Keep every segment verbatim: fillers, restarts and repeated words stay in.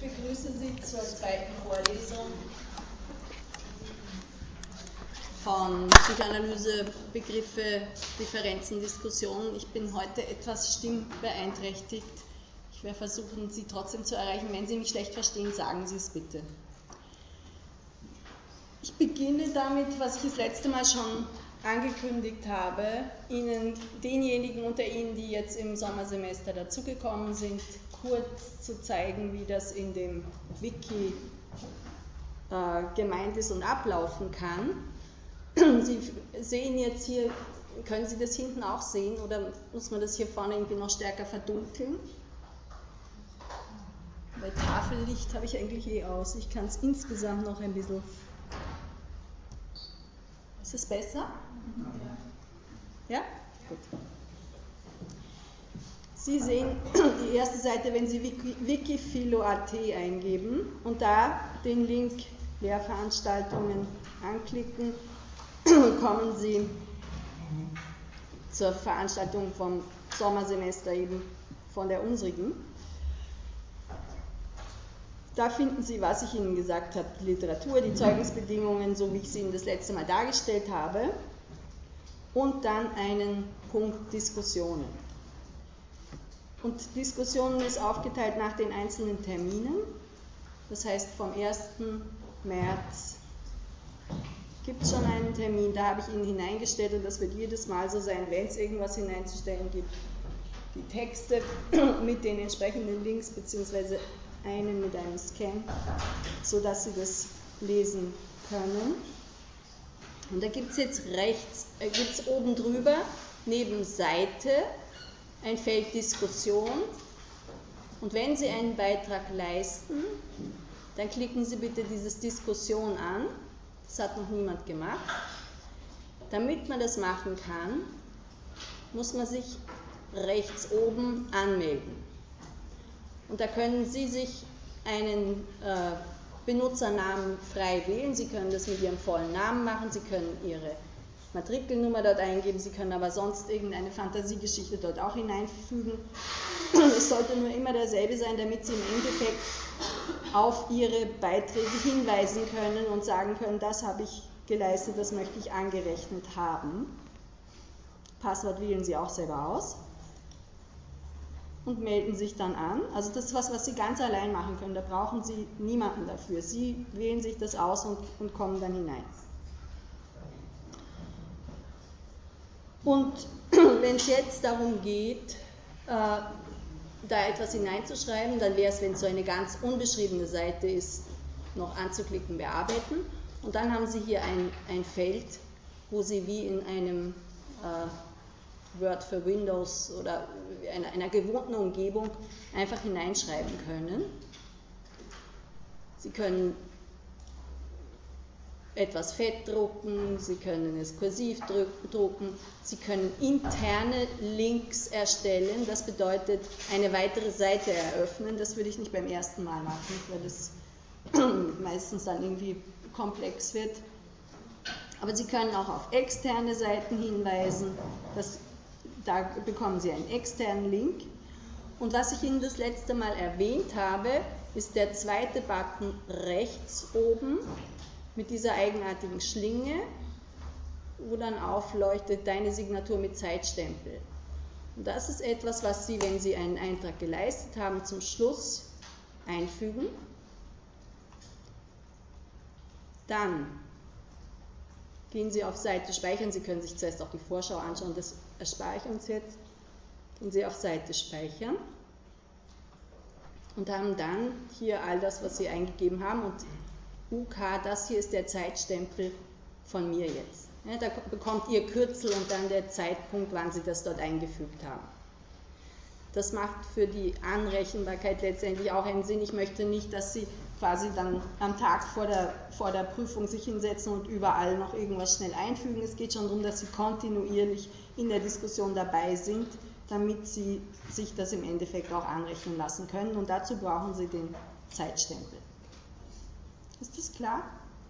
begrüße Sie zur zweiten Vorlesung von Psychoanalyse, Begriffe, Differenzen, Diskussionen. Ich bin heute etwas stimmbeeinträchtigt. Ich werde versuchen, Sie trotzdem zu erreichen. Wenn Sie mich schlecht verstehen, sagen Sie es bitte. Ich beginne damit, was ich das letzte Mal schon angekündigt habe, Ihnen, denjenigen unter Ihnen, die jetzt im Sommersemester dazugekommen sind, kurz zu zeigen, wie das in dem Wiki äh, gemeint ist und ablaufen kann. Sie sehen jetzt hier, können Sie das hinten auch sehen oder muss man das hier vorne irgendwie noch stärker verdunkeln? Bei Tafellicht habe ich eigentlich eh aus. Ich kann es insgesamt noch ein bisschen. Ist es besser? Ja? Gut. Sie sehen die erste Seite, wenn Sie Wikifilo punkt at eingeben und da den Link Lehrveranstaltungen anklicken, kommen Sie zur Veranstaltung vom Sommersemester, eben von der unsrigen. Da finden Sie, was ich Ihnen gesagt habe, die Literatur, die Zeugnisbedingungen, so wie ich sie Ihnen das letzte Mal dargestellt habe, und dann einen Punkt Diskussionen. Und Diskussionen ist aufgeteilt nach den einzelnen Terminen, das heißt vom ersten März gibt es schon einen Termin, da habe ich Ihnen hineingestellt und das wird jedes Mal so sein, wenn es irgendwas hineinzustellen gibt, die Texte mit den entsprechenden Links bzw. einen mit einem Scan, sodass Sie das lesen können. Und da gibt es jetzt rechts, äh, gibt es oben drüber, neben Seite, ein Feld Diskussion. Und wenn Sie einen Beitrag leisten, dann klicken Sie bitte dieses Diskussion an. Das hat noch niemand gemacht. Damit man das machen kann, muss man sich rechts oben anmelden. Und da können Sie sich einen äh, Benutzernamen frei wählen. Sie können das mit Ihrem vollen Namen machen, Sie können Ihre Matrikelnummer dort eingeben, Sie können aber sonst irgendeine Fantasiegeschichte dort auch hineinfügen. Es sollte nur immer derselbe sein, damit Sie im Endeffekt auf Ihre Beiträge hinweisen können und sagen können, das habe ich geleistet, das möchte ich angerechnet haben. Passwort wählen Sie auch selber aus. Und melden sich dann an. Also das ist was, was Sie ganz allein machen können. Da brauchen Sie niemanden dafür. Sie wählen sich das aus und, und kommen dann hinein. Und wenn es jetzt darum geht, äh, da etwas hineinzuschreiben, dann wäre es, wenn es so eine ganz unbeschriebene Seite ist, noch anzuklicken, bearbeiten. Und dann haben Sie hier ein, ein Feld, wo Sie wie in einem äh, Word für Windows oder einer, einer gewohnten Umgebung einfach hineinschreiben können. Sie können etwas fett drucken, Sie können es kursiv drucken, Sie können interne Links erstellen, das bedeutet eine weitere Seite eröffnen, das würde ich nicht beim ersten Mal machen, weil das meistens dann irgendwie komplex wird. Aber Sie können auch auf externe Seiten hinweisen, das Da bekommen Sie einen externen Link. Und was ich Ihnen das letzte Mal erwähnt habe, ist der zweite Button rechts oben mit dieser eigenartigen Schlinge, wo dann aufleuchtet, deine Signatur mit Zeitstempel. Und das ist etwas, was Sie, wenn Sie einen Eintrag geleistet haben, zum Schluss einfügen. Dann gehen Sie auf Seite Speichern. Sie können sich zuerst auch die Vorschau anschauen, das erspare ich uns jetzt. Gehen Sie auf Seite Speichern und haben dann hier all das, was Sie eingegeben haben. Und U K, das hier ist der Zeitstempel von mir jetzt. Ja, da bekommt Ihr Kürzel und dann der Zeitpunkt, wann Sie das dort eingefügt haben. Das macht für die Anrechenbarkeit letztendlich auch einen Sinn. Ich möchte nicht, dass Sie quasi dann am Tag vor der, vor der Prüfung sich hinsetzen und überall noch irgendwas schnell einfügen. Es geht schon darum, dass Sie kontinuierlich in der Diskussion dabei sind, damit Sie sich das im Endeffekt auch anrechnen lassen können. Und dazu brauchen Sie den Zeitstempel. Ist das klar?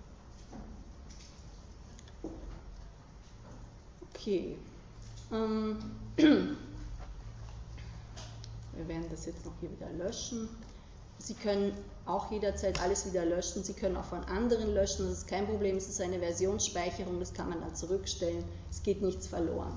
Okay. Ähm. Wir werden das jetzt noch hier wieder löschen. Sie können auch jederzeit alles wieder löschen. Sie können auch von anderen löschen, das ist kein Problem. Es ist eine Versionsspeicherung, das kann man dann zurückstellen. Es geht nichts verloren.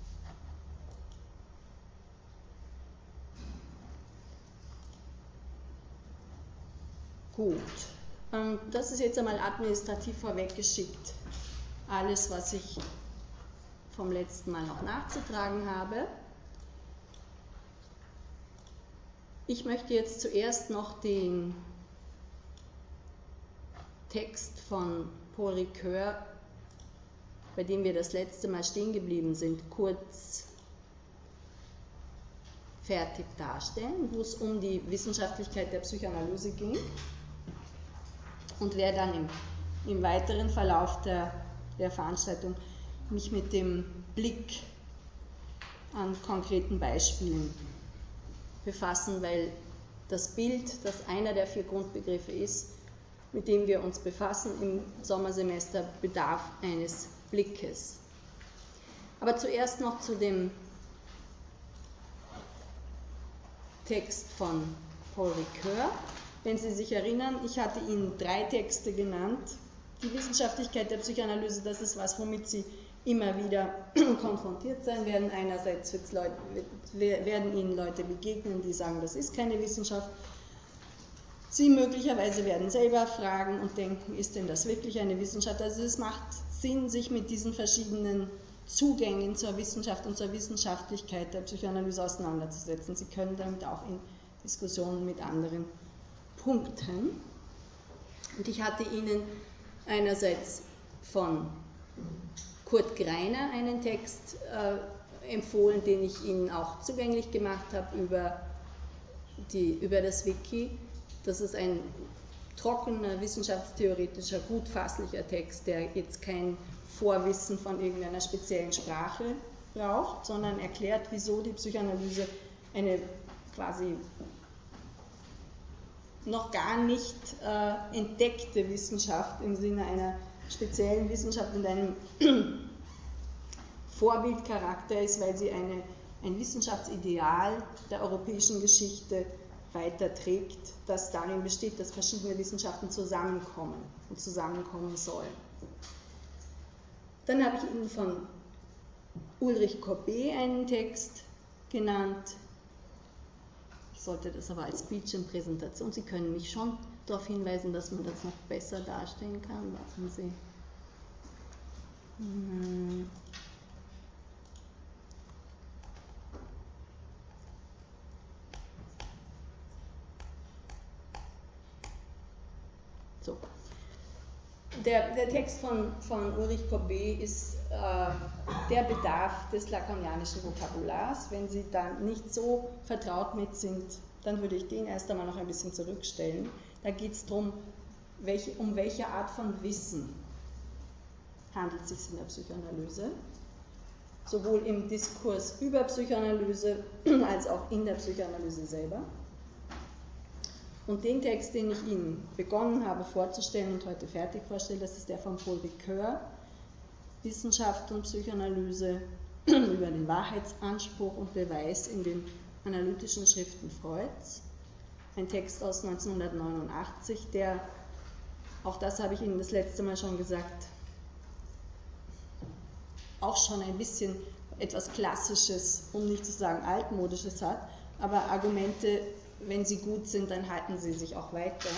Gut, das ist jetzt einmal administrativ vorweggeschickt. Alles, was ich vom letzten Mal noch nachzutragen habe. Ich möchte jetzt zuerst noch den Text von Paul Ricoeur, bei dem wir das letzte Mal stehen geblieben sind, kurz fertig darstellen, wo es um die Wissenschaftlichkeit der Psychoanalyse ging. Und werde dann im, im weiteren Verlauf der, der Veranstaltung mich mit dem Blick an konkreten Beispielen befassen, weil das Bild, das einer der vier Grundbegriffe ist, mit dem wir uns befassen im Sommersemester, bedarf eines Blickes. Aber zuerst noch zu dem Text von Paul Ricoeur. Wenn Sie sich erinnern, ich hatte Ihnen drei Texte genannt. Die Wissenschaftlichkeit der Psychoanalyse, das ist was, womit Sie immer wieder konfrontiert sein werden. Einerseits wird's Leute, werden Ihnen Leute begegnen, die sagen, das ist keine Wissenschaft. Sie möglicherweise werden selber fragen und denken, ist denn das wirklich eine Wissenschaft? Also es macht Sinn, sich mit diesen verschiedenen Zugängen zur Wissenschaft und zur Wissenschaftlichkeit der Psychoanalyse auseinanderzusetzen. Sie können damit auch in Diskussionen mit anderen punkten. Und ich hatte Ihnen einerseits von Kurt Greiner einen Text äh, empfohlen, den ich Ihnen auch zugänglich gemacht habe über, die, über das Wiki. Das ist ein trockener, wissenschaftstheoretischer, gut fasslicher Text, der jetzt kein Vorwissen von irgendeiner speziellen Sprache braucht, sondern erklärt, wieso die Psychoanalyse eine quasi noch gar nicht äh, entdeckte Wissenschaft im Sinne einer speziellen Wissenschaft und einem Vorbildcharakter ist, weil sie eine, ein Wissenschaftsideal der europäischen Geschichte weiterträgt, das darin besteht, dass verschiedene Wissenschaften zusammenkommen und zusammenkommen sollen. Dann habe ich Ihnen von Ulrich Cobbé einen Text genannt. Ich sollte das aber als Bildschirmpräsentation, Sie können mich schon darauf hinweisen, dass man das noch besser darstellen kann. Warten Sie. Hm. So. Der, der Text von, von Ulrich Cobbé ist äh, der Bedarf des lacanianischen Vokabulars. Wenn Sie da nicht so vertraut mit sind, dann würde ich den erst einmal noch ein bisschen zurückstellen. Da geht es darum, welche, um welche Art von Wissen handelt es sich in der Psychoanalyse, sowohl im Diskurs über Psychoanalyse als auch in der Psychoanalyse selber. Und den Text, den ich Ihnen begonnen habe vorzustellen und heute fertig vorstelle, das ist der von Paul Ricoeur, Wissenschaft und Psychoanalyse über den Wahrheitsanspruch und Beweis in den analytischen Schriften Freuds. Ein Text aus neunzehnhundertneunundachtzig, der, auch das habe ich Ihnen das letzte Mal schon gesagt, auch schon ein bisschen etwas Klassisches, um nicht zu sagen Altmodisches hat, aber Argumente, wenn sie gut sind, dann halten sie sich auch weiter.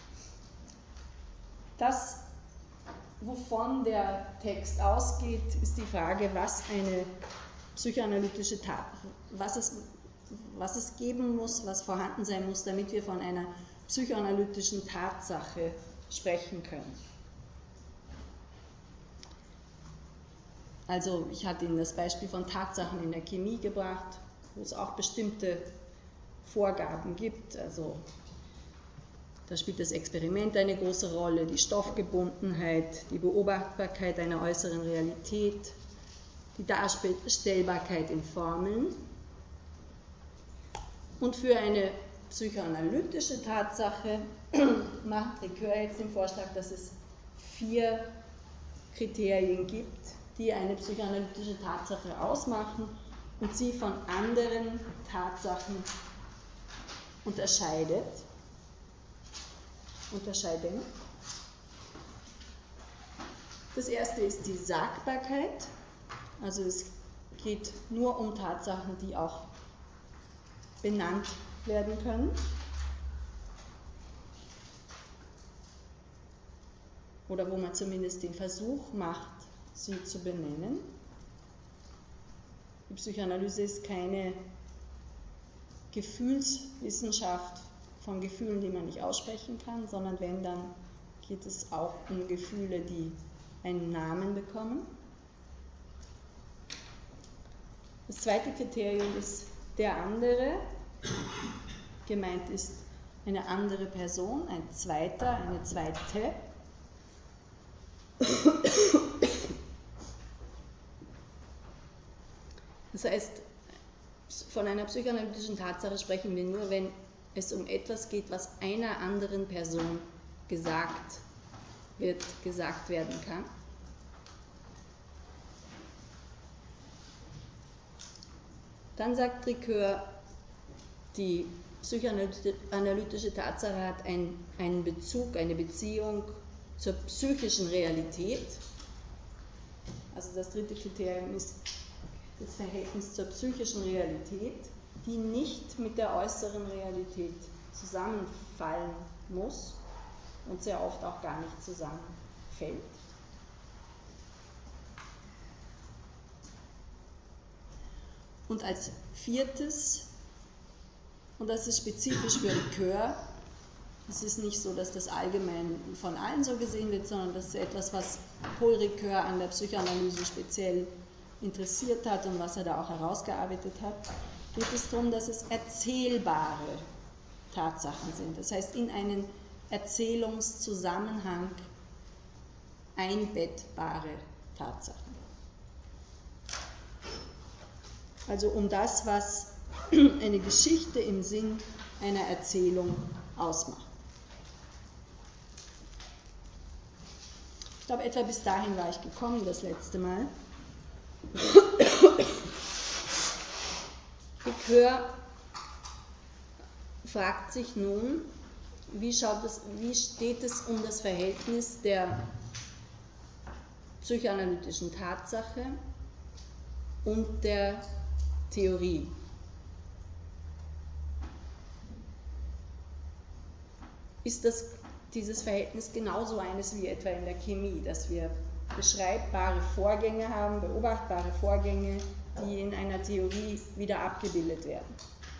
Das, wovon der Text ausgeht, ist die Frage, was eine psychoanalytische Tat, was es, was es geben muss, was vorhanden sein muss, damit wir von einer psychoanalytischen Tatsache sprechen können. Also ich hatte Ihnen das Beispiel von Tatsachen in der Chemie gebracht, wo es auch bestimmte Vorgaben gibt. Also da spielt das Experiment eine große Rolle, die Stoffgebundenheit, die Beobachtbarkeit einer äußeren Realität, die Darstellbarkeit in Formeln. Und für eine psychoanalytische Tatsache macht Ricoeur jetzt den Vorschlag, dass es vier Kriterien gibt, die eine psychoanalytische Tatsache ausmachen und sie von anderen Tatsachen unterscheidet. unterscheiden. Das erste ist die Sagbarkeit, also es geht nur um Tatsachen, die auch benannt werden können. Oder wo man zumindest den Versuch macht, sie zu benennen. Die Psychoanalyse ist keine Gefühlswissenschaft von Gefühlen, die man nicht aussprechen kann, sondern wenn, dann geht es auch um Gefühle, die einen Namen bekommen. Das zweite Kriterium ist der andere. Gemeint ist eine andere Person, ein Zweiter, eine Zweite. Das heißt, von einer psychoanalytischen Tatsache sprechen wir nur, wenn es um etwas geht, was einer anderen Person gesagt wird, gesagt werden kann. Dann sagt Ricoeur, die psychoanalytische Tatsache hat ein, einen Bezug, eine Beziehung zur psychischen Realität. Also das dritte Kriterium ist das Verhältnis zur psychischen Realität, die nicht mit der äußeren Realität zusammenfallen muss und sehr oft auch gar nicht zusammenfällt. Und als viertes, und das ist spezifisch für Ricoeur, es ist nicht so, dass das allgemein von allen so gesehen wird, sondern das ist etwas, was Paul Ricoeur an der Psychoanalyse speziell interessiert hat und was er da auch herausgearbeitet hat, geht es darum, dass es erzählbare Tatsachen sind. Das heißt, in einen Erzählungszusammenhang einbettbare Tatsachen. Also um das, was eine Geschichte im Sinn einer Erzählung ausmacht. Ich glaube, etwa bis dahin war ich gekommen das letzte Mal. Ricoeur fragt sich nun, wie, schaut es, wie steht es um das Verhältnis der psychoanalytischen Tatsache und der Theorie. Ist das, dieses Verhältnis genauso eines wie etwa in der Chemie, dass wir beschreibbare Vorgänge haben, beobachtbare Vorgänge, die in einer Theorie wieder abgebildet werden?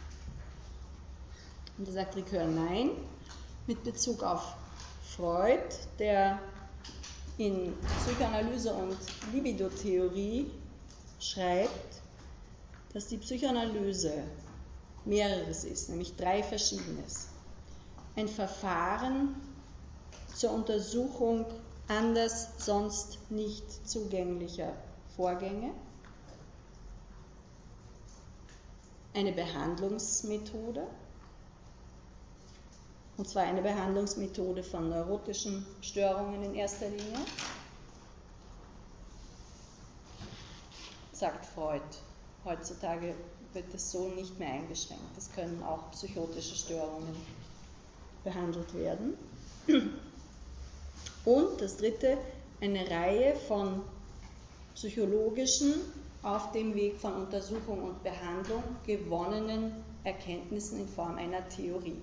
Und da sagt Ricoeur nein, mit Bezug auf Freud, der in Psychoanalyse und Libido-Theorie schreibt, dass die Psychoanalyse mehreres ist, nämlich drei Verschiedenes. Ein Verfahren zur Untersuchung anders sonst nicht zugänglicher Vorgänge, eine Behandlungsmethode, und zwar eine Behandlungsmethode von neurotischen Störungen in erster Linie, sagt Freud. Heutzutage wird es so nicht mehr eingeschränkt. Es können auch psychotische Störungen behandelt werden. Und das dritte, eine Reihe von psychologischen, auf dem Weg von Untersuchung und Behandlung gewonnenen Erkenntnissen in Form einer Theorie.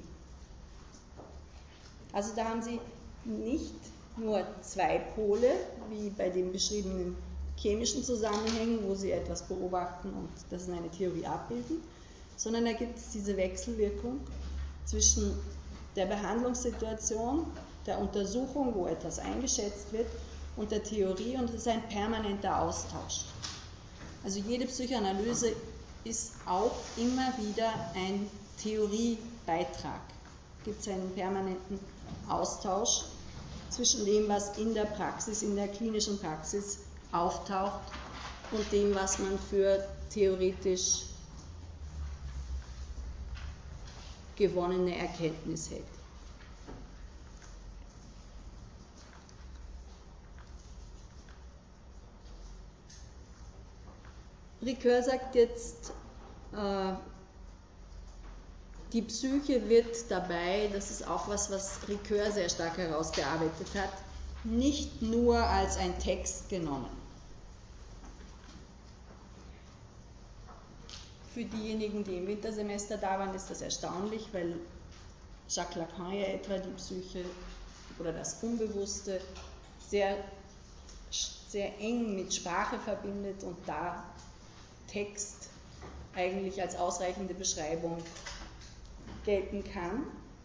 Also da haben Sie nicht nur zwei Pole, wie bei den beschriebenen chemischen Zusammenhängen, wo Sie etwas beobachten und das in eine Theorie abbilden, sondern da gibt es diese Wechselwirkung zwischen der Behandlungssituation, der Untersuchung, wo etwas eingeschätzt wird, und der Theorie, und es ist ein permanenter Austausch. Also jede Psychoanalyse ist auch immer wieder ein Theoriebeitrag. Es gibt einen permanenten Austausch zwischen dem, was in der Praxis, in der klinischen Praxis auftaucht und dem, was man für theoretisch gewonnene Erkenntnis hält. Ricoeur sagt jetzt, äh, die Psyche wird dabei, das ist auch was, was Ricoeur sehr stark herausgearbeitet hat, nicht nur als ein Text genommen. Für diejenigen, die im Wintersemester da waren, ist das erstaunlich, weil Jacques Lacan ja etwa die Psyche oder das Unbewusste sehr, sehr eng mit Sprache verbindet und da Text eigentlich als ausreichende Beschreibung gelten kann.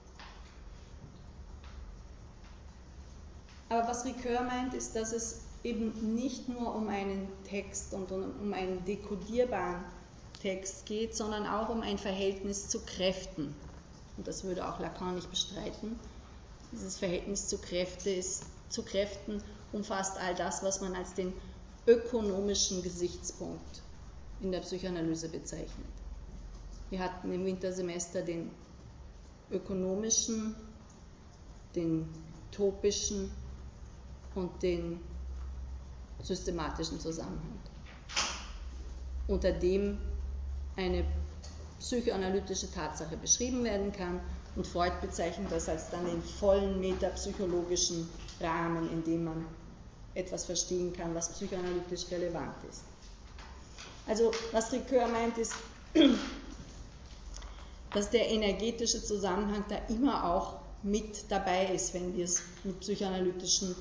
Aber was Ricoeur meint, ist, dass es eben nicht nur um einen Text und um einen dekodierbaren Text geht, sondern auch um ein Verhältnis zu Kräften. Und das würde auch Lacan nicht bestreiten. Dieses Verhältnis zu, Kräfte ist, zu Kräften umfasst all das, was man als den ökonomischen Gesichtspunkt in der Psychoanalyse bezeichnet. Wir hatten im Wintersemester den ökonomischen, den topischen und den systematischen Zusammenhang, unter dem eine psychoanalytische Tatsache beschrieben werden kann, und Freud bezeichnet das als dann den vollen metapsychologischen Rahmen, in dem man etwas verstehen kann, was psychoanalytisch relevant ist. Also was Ricoeur meint, ist, dass der energetische Zusammenhang da immer auch mit dabei ist, wenn wir es mit psychoanalytischen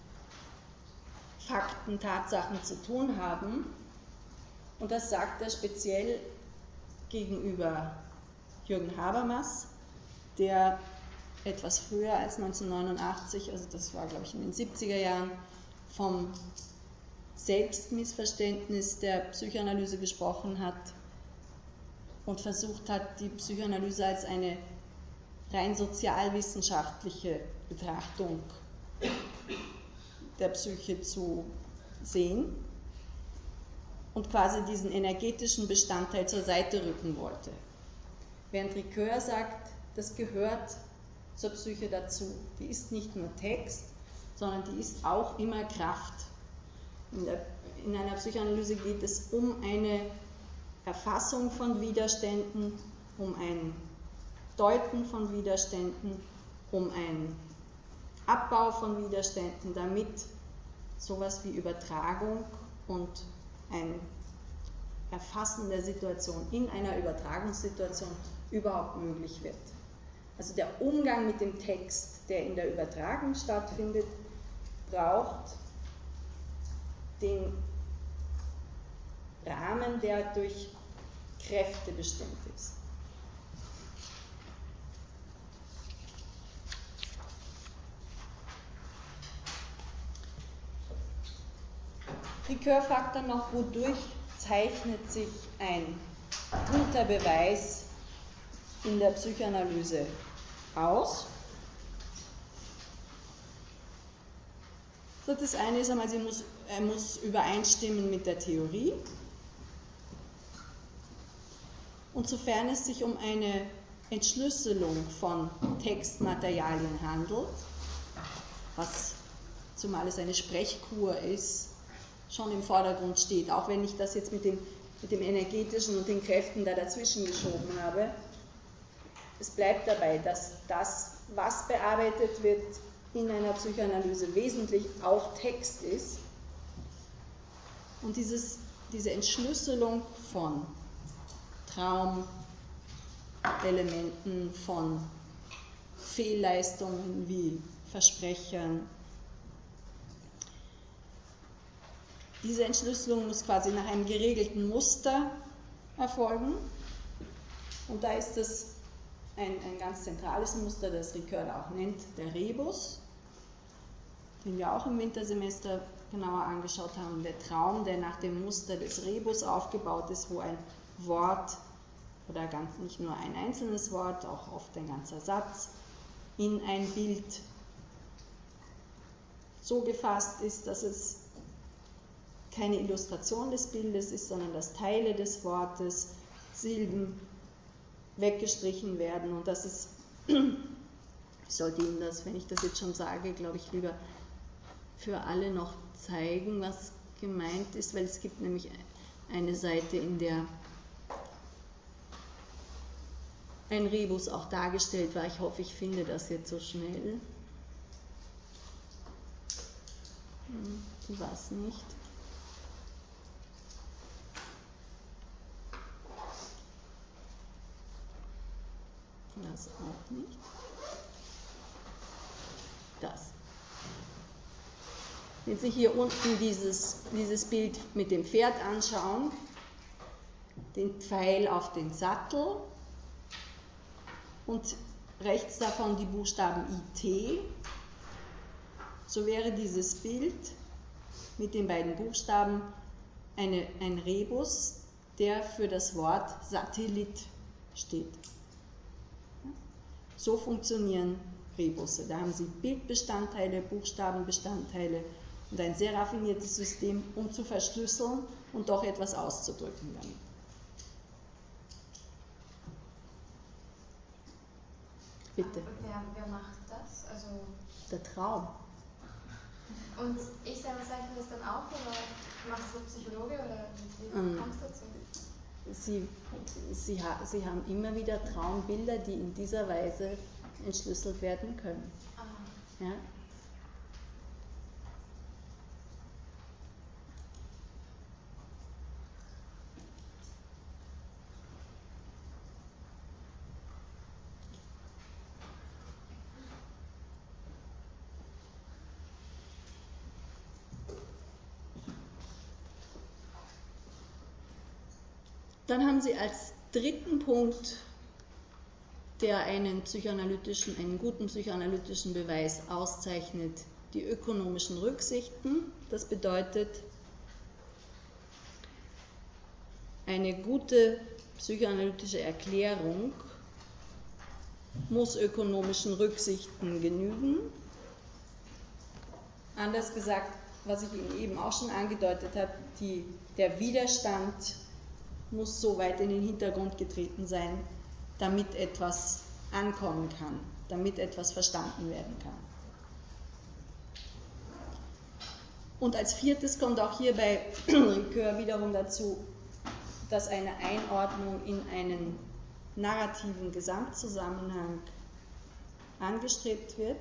Fakten, Tatsachen zu tun haben. Und das sagt er speziell gegenüber Jürgen Habermas, der etwas früher als neunzehnhundertneunundachtzig, also das war glaube ich in den siebziger Jahren, vom Selbstmissverständnis der Psychoanalyse gesprochen hat und versucht hat, die Psychoanalyse als eine rein sozialwissenschaftliche Betrachtung der Psyche zu sehen und quasi diesen energetischen Bestandteil zur Seite rücken wollte. Während Ricoeur sagt, das gehört zur Psyche dazu. Die ist nicht nur Text, sondern die ist auch immer Kraft. In, der, in einer Psychoanalyse geht es um eine Erfassung von Widerständen, um ein Deuten von Widerständen, um ein Abbau von Widerständen, damit sowas wie Übertragung und ein Erfassen der Situation in einer Übertragungssituation überhaupt möglich wird. Also der Umgang mit dem Text, der in der Übertragung stattfindet, braucht den Rahmen, der durch Kräfte bestimmt ist. Ricoeur fragt dann noch, wodurch zeichnet sich ein guter Beweis in der Psychoanalyse aus? So, das eine ist einmal, sie muss, er muss übereinstimmen mit der Theorie. Und sofern es sich um eine Entschlüsselung von Textmaterialien handelt, was, zumal es eine Sprechkur ist, schon im Vordergrund steht, auch wenn ich das jetzt mit dem, mit dem energetischen und den Kräften da dazwischen geschoben habe. Es bleibt dabei, dass das, was bearbeitet wird in einer Psychoanalyse, wesentlich auch Text ist. Und dieses, diese Entschlüsselung von Traumelementen, von Fehlleistungen wie Versprechern, diese Entschlüsselung muss quasi nach einem geregelten Muster erfolgen. Und da ist es ein, ein ganz zentrales Muster, das Ricoeur auch nennt, der Rebus, den wir auch im Wintersemester genauer angeschaut haben. Der Traum, der nach dem Muster des Rebus aufgebaut ist, wo ein Wort oder ganz nicht nur ein einzelnes Wort, auch oft ein ganzer Satz, in ein Bild so gefasst ist, dass es keine Illustration des Bildes ist, sondern dass Teile des Wortes, Silben weggestrichen werden und dass es, ich sollte Ihnen das, wenn ich das jetzt schon sage, glaube ich, lieber für alle noch zeigen, was gemeint ist, weil es gibt nämlich eine Seite, in der ein Rebus auch dargestellt war. Ich hoffe, ich finde das jetzt so schnell. Hm, die war es nicht. Das auch nicht. Das. Wenn Sie hier unten dieses, dieses Bild mit dem Pferd anschauen, den Pfeil auf den Sattel und rechts davon die Buchstaben I T, so wäre dieses Bild mit den beiden Buchstaben eine, ein Rebus, der für das Wort Satellit steht. So funktionieren Rebusse. Da haben Sie Bildbestandteile, Buchstabenbestandteile und ein sehr raffiniertes System, um zu verschlüsseln und doch etwas auszudrücken damit. Bitte. Wer, wer macht das? Also der Traum. Und ich selber zeichne das dann auch, oder machst du Psychologe, oder wie ähm, kommst du dazu? Sie, Sie, Sie haben immer wieder Traumbilder, die in dieser Weise entschlüsselt werden können. Ah. Ja? Dann haben Sie als dritten Punkt, der einen psychoanalytischen, einen guten psychoanalytischen Beweis auszeichnet, die ökonomischen Rücksichten. Das bedeutet, eine gute psychoanalytische Erklärung muss ökonomischen Rücksichten genügen. Anders gesagt, was ich Ihnen eben auch schon angedeutet habe, die, der Widerstand muss so weit in den Hintergrund getreten sein, damit etwas ankommen kann, damit etwas verstanden werden kann. Und als viertes kommt auch hier bei Ricoeur wiederum dazu, dass eine Einordnung in einen narrativen Gesamtzusammenhang angestrebt wird.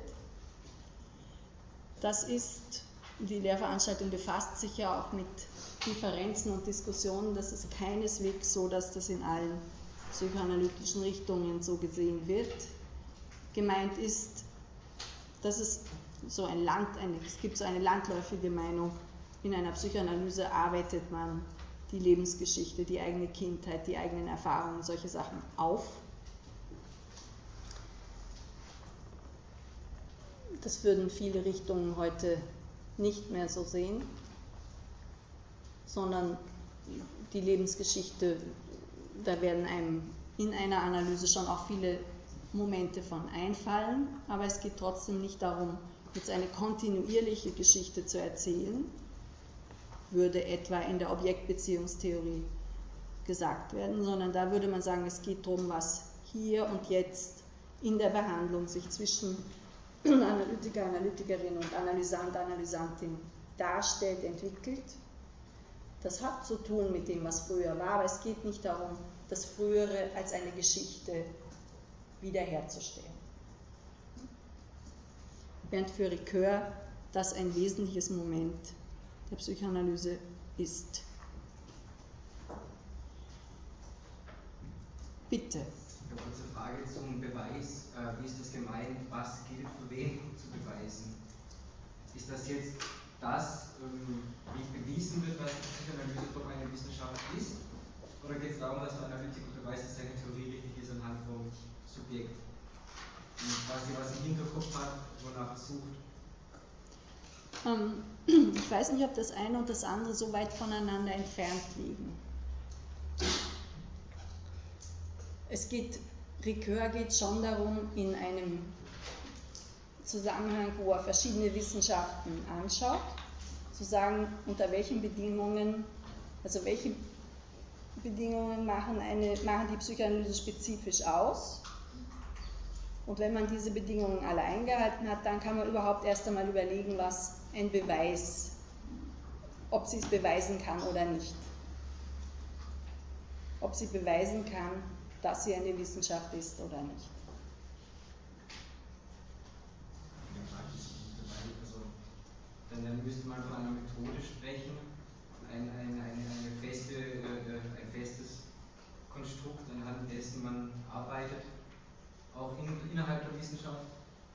Das ist, die Lehrveranstaltung befasst sich ja auch mit Differenzen und Diskussionen. Das ist keineswegs so, dass das in allen psychoanalytischen Richtungen so gesehen wird. Gemeint ist, dass es so ein Land, eine, es gibt so eine landläufige Meinung, in einer Psychoanalyse arbeitet man die Lebensgeschichte, die eigene Kindheit, die eigenen Erfahrungen, solche Sachen auf. Das würden viele Richtungen heute nicht mehr so sehen, sondern die Lebensgeschichte, da werden einem in einer Analyse schon auch viele Momente von einfallen, aber es geht trotzdem nicht darum, jetzt eine kontinuierliche Geschichte zu erzählen, würde etwa in der Objektbeziehungstheorie gesagt werden, sondern da würde man sagen, es geht darum, was hier und jetzt in der Behandlung sich zwischen Analytiker, Analytikerin und Analysant, Analysantin darstellt, entwickelt. Das hat zu tun mit dem, was früher war, aber es geht nicht darum, das Frühere als eine Geschichte wiederherzustellen. Während für Ricoeur das ein wesentliches Moment der Psychoanalyse ist. Bitte. Eine kurze Frage zum Beweis. Wie ist das gemeint? Was gilt für wen zu beweisen? Ist das jetzt das, wie bewiesen wird, dass die Psychoanalyse doch eine Wissenschaft ist? Oder geht es darum, dass der Analytiker beweist, dass seine Theorie richtig ist anhand vom Subjekt? Und quasi, was im Hinterkopf hat, wonach er sucht? Ähm, ich weiß nicht, ob das eine und das andere so weit voneinander entfernt liegen. Es geht, Ricoeur geht schon darum, in einem Zusammenhang, wo er verschiedene Wissenschaften anschaut, zu sagen, unter welchen Bedingungen, also welche Bedingungen machen, eine, machen die Psychoanalyse spezifisch aus. Und wenn man diese Bedingungen alle eingehalten hat, dann kann man überhaupt erst einmal überlegen, was ein Beweis, ob sie es beweisen kann oder nicht. Ob sie beweisen kann, dass sie eine Wissenschaft ist oder nicht. Also, dann, dann müsste man von einer Methode sprechen, ein, ein, eine, eine feste, äh, ein festes Konstrukt, anhand dessen man arbeitet, auch in, innerhalb der Wissenschaft.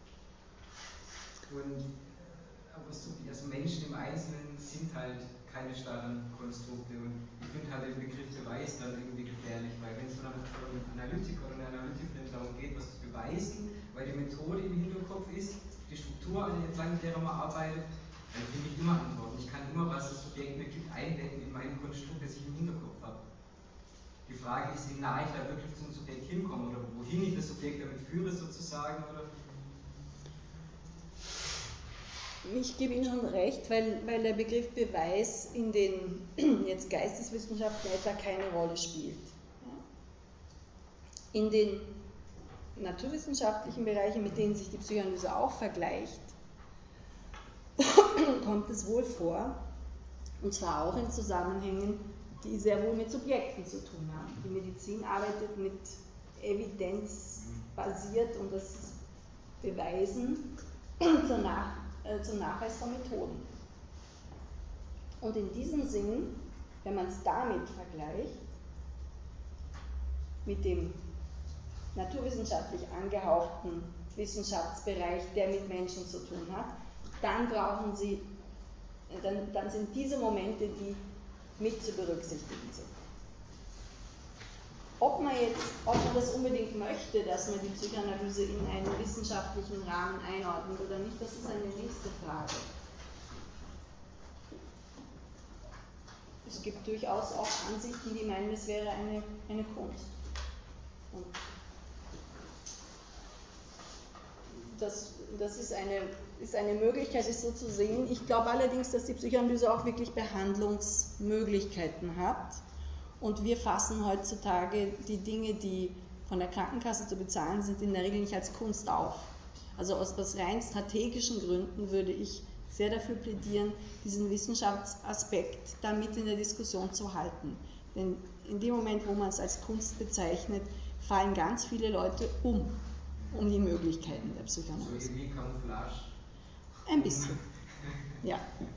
Und aber so, also Menschen im Einzelnen sind halt keine starren Konstrukte, und ich finde halt den Begriff Beweis dann irgendwie gefährlich, weil wenn es von einem Analytiker oder einer Analytikerin darum geht, was zu beweisen, weil die Methode im Hinterkopf ist, die Struktur, entlang der man arbeitet, dann finde ich immer Antworten. Ich kann immer, was das Subjekt mir gibt, einbetten in mein Konstrukt, das ich im Hinterkopf habe. Die Frage ist, wie nah ich da wirklich zum Subjekt hinkomme oder wohin ich das Subjekt damit führe sozusagen. Oder? Ich gebe Ihnen schon recht, weil, weil der Begriff Beweis in den jetzt Geisteswissenschaften etwa keine Rolle spielt. In den naturwissenschaftlichen Bereichen, mit denen sich die Psychoanalyse auch vergleicht, kommt es wohl vor, und zwar auch in Zusammenhängen, die sehr wohl mit Subjekten zu tun haben. Die Medizin arbeitet mit Evidenz basiert, und das ist Beweisen zur Nach äh, zum Nachweis von Methoden. Und in diesem Sinn, wenn man es damit vergleicht, mit dem naturwissenschaftlich angehauchten Wissenschaftsbereich, der mit Menschen zu tun hat, dann brauchen Sie, dann, dann sind diese Momente, die mit zu berücksichtigen sind. Ob man jetzt, ob man das unbedingt möchte, dass man die Psychoanalyse in einen wissenschaftlichen Rahmen einordnet oder nicht, das ist eine nächste Frage. Es gibt durchaus auch Ansichten, die meinen, es wäre eine, eine Kunst. Und das, das ist, eine, ist eine Möglichkeit, es so zu sehen. Ich glaube allerdings, dass die Psychoanalyse auch wirklich Behandlungsmöglichkeiten hat. Und wir fassen heutzutage die Dinge, die von der Krankenkasse zu bezahlen sind, in der Regel nicht als Kunst auf. Also aus, aus rein strategischen Gründen würde ich sehr dafür plädieren, diesen Wissenschaftsaspekt damit in der Diskussion zu halten. Denn in dem Moment, wo man es als Kunst bezeichnet, fallen ganz viele Leute um, um die Möglichkeiten der Psychoanalyse. So wie Camouflage? Ein bisschen, ja.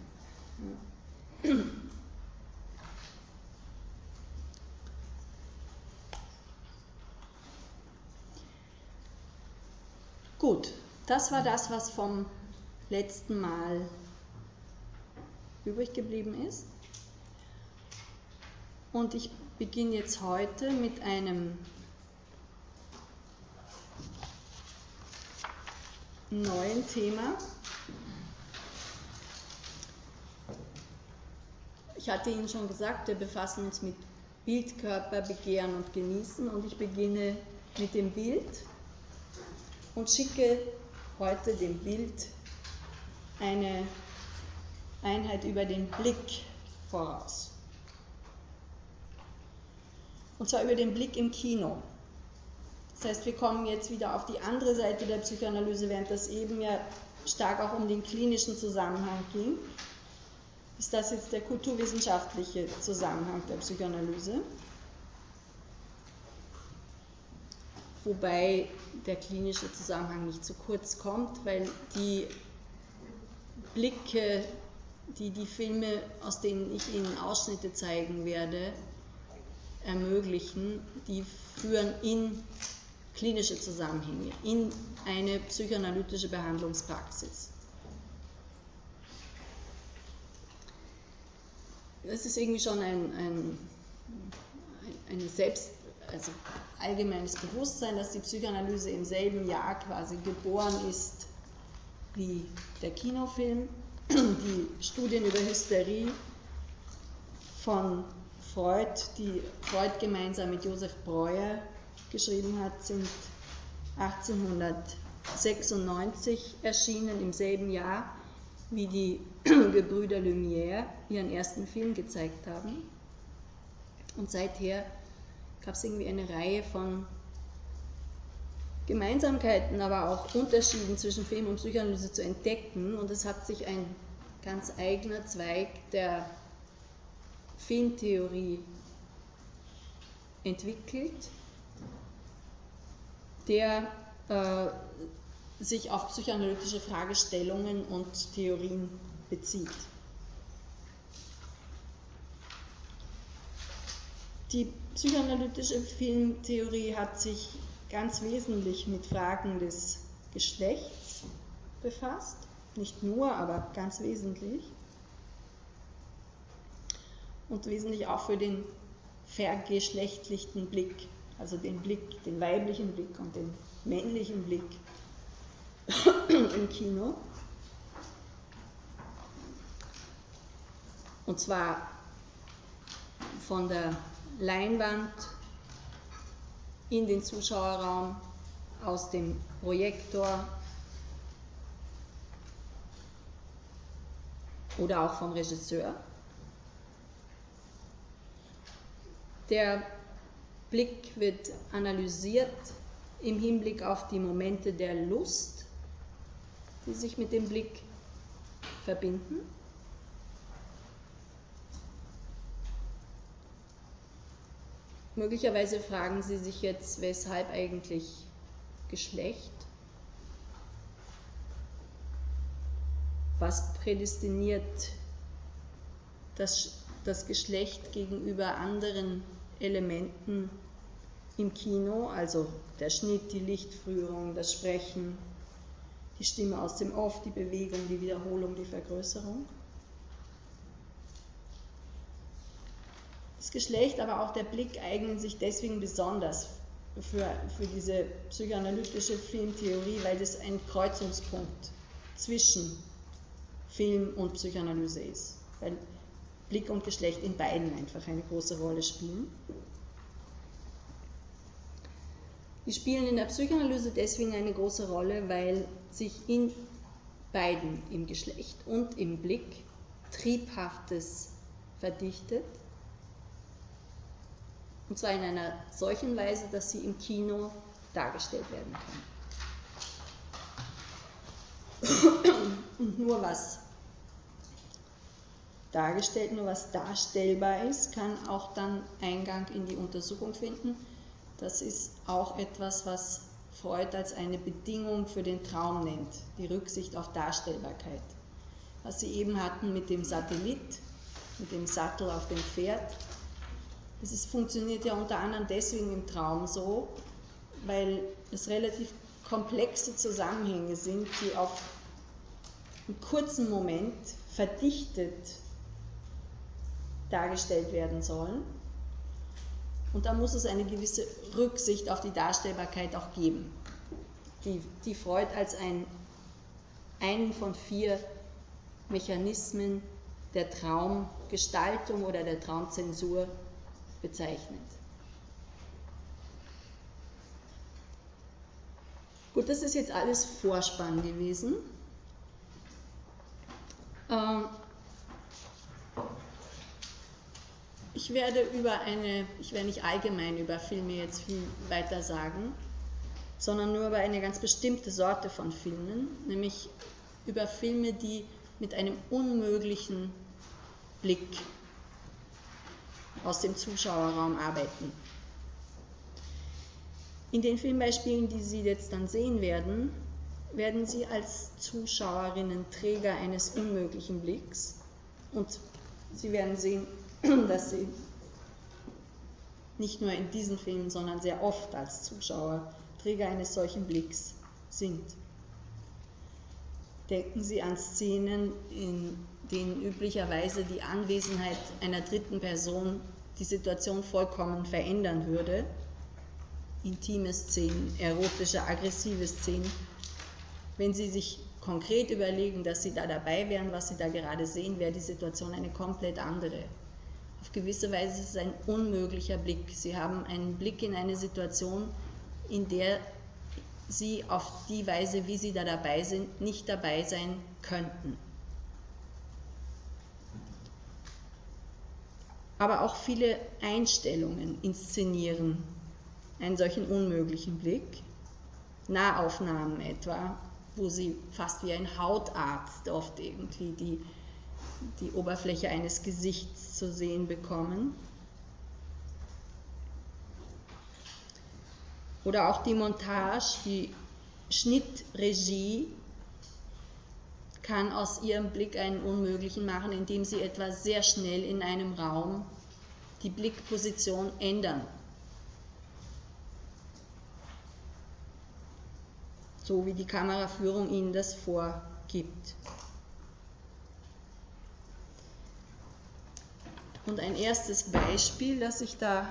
Gut, das war das, was vom letzten Mal übrig geblieben ist. Und ich beginne jetzt heute mit einem neuen Thema. Ich hatte Ihnen schon gesagt, wir befassen uns mit Bildkörper, Begehren und Genießen, und ich beginne mit dem Bild und schicke heute dem Bild eine Einheit über den Blick voraus. Und zwar über den Blick im Kino. Das heißt, wir kommen jetzt wieder auf die andere Seite der Psychoanalyse, während das eben ja stark auch um den klinischen Zusammenhang ging. Ist das jetzt der kulturwissenschaftliche Zusammenhang der Psychoanalyse? Wobei der klinische Zusammenhang nicht zu kurz kommt, weil die Blicke, die die Filme, aus denen ich Ihnen Ausschnitte zeigen werde, ermöglichen, die führen in klinische Zusammenhänge, in eine psychoanalytische Behandlungspraxis. Das ist irgendwie schon ein, ein, ein Selbst, also allgemeines Bewusstsein, dass die Psychoanalyse im selben Jahr quasi geboren ist wie der Kinofilm. Die Studien über Hysterie von Freud, die Freud gemeinsam mit Josef Breuer geschrieben hat, sind achtzehnhundertsechsundneunzig erschienen, im selben Jahr wie die Gebrüder Lumière ihren ersten Film gezeigt haben. Und seither gab es irgendwie eine Reihe von Gemeinsamkeiten, aber auch Unterschieden zwischen Film und Psychoanalyse zu entdecken. Und es hat sich ein ganz eigener Zweig der Filmtheorie entwickelt, der äh, sich auf psychoanalytische Fragestellungen und Theorien bezieht. Die psychoanalytische Filmtheorie hat sich ganz wesentlich mit Fragen des Geschlechts befasst, nicht nur, aber ganz wesentlich. Und wesentlich auch für den vergeschlechtlichten Blick, also den Blick, den weiblichen Blick und den männlichen Blick im Kino. Und zwar von der Leinwand in den Zuschauerraum, aus dem Projektor oder auch vom Regisseur. Der Blick wird analysiert im Hinblick auf die Momente der Lust, die sich mit dem Blick verbinden. Möglicherweise fragen Sie sich jetzt, weshalb eigentlich Geschlecht? Was prädestiniert das, das Geschlecht gegenüber anderen Elementen im Kino, also der Schnitt, die Lichtführung, das Sprechen, die Stimme aus dem Off, die Bewegung, die Wiederholung, die Vergrößerung? Das Geschlecht, aber auch der Blick eignen sich deswegen besonders für, für diese psychoanalytische Filmtheorie, weil das ein Kreuzungspunkt zwischen Film und Psychoanalyse ist, weil Blick und Geschlecht in beiden einfach eine große Rolle spielen. Die spielen in der Psychoanalyse deswegen eine große Rolle, weil sich in beiden, im Geschlecht und im Blick, Triebhaftes verdichtet. Und zwar in einer solchen Weise, dass sie im Kino dargestellt werden kann. Und nur was dargestellt, nur was darstellbar ist, kann auch dann Eingang in die Untersuchung finden. Das ist auch etwas, was Freud als eine Bedingung für den Traum nennt, die Rücksicht auf Darstellbarkeit. Was Sie eben hatten mit dem Satellit, mit dem Sattel auf dem Pferd, das ist, funktioniert ja unter anderem deswegen im Traum so, weil es relativ komplexe Zusammenhänge sind, die auf einen kurzen Moment verdichtet dargestellt werden sollen. Und da muss es eine gewisse Rücksicht auf die Darstellbarkeit auch geben, die, die Freud als ein, einen von vier Mechanismen der Traumgestaltung oder der Traumzensur bezeichnet. Gut, das ist jetzt alles Vorspann gewesen. Ähm, ich werde über eine, ich werde nicht allgemein über Filme jetzt viel weiter sagen, sondern nur über eine ganz bestimmte Sorte von Filmen, nämlich über Filme, die mit einem unmöglichen Blick aus dem Zuschauerraum arbeiten. In den Filmbeispielen, die Sie jetzt dann sehen werden, werden Sie als Zuschauerinnen Träger eines unmöglichen Blicks und Sie werden sehen, dass Sie nicht nur in diesen Filmen, sondern sehr oft als Zuschauer Träger eines solchen Blicks sind. Denken Sie an Szenen, in denen üblicherweise die Anwesenheit einer dritten Person die Situation vollkommen verändern würde. Intime Szenen, erotische, aggressive Szenen. Wenn Sie sich konkret überlegen, dass Sie da dabei wären, was Sie da gerade sehen, wäre die Situation eine komplett andere. Auf gewisse Weise ist es ein unmöglicher Blick. Sie haben einen Blick in eine Situation, in der Sie auf die Weise, wie Sie da dabei sind, nicht dabei sein könnten. Aber auch viele Einstellungen inszenieren einen solchen unmöglichen Blick. Nahaufnahmen etwa, wo Sie fast wie ein Hautarzt oft irgendwie die, die Oberfläche eines Gesichts zu sehen bekommen. Oder auch die Montage, die Schnittregie kann aus ihrem Blick einen Unmöglichen machen, indem sie etwa sehr schnell in einem Raum die Blickposition ändern. So wie die Kameraführung ihnen das vorgibt. Und ein erstes Beispiel, das ich da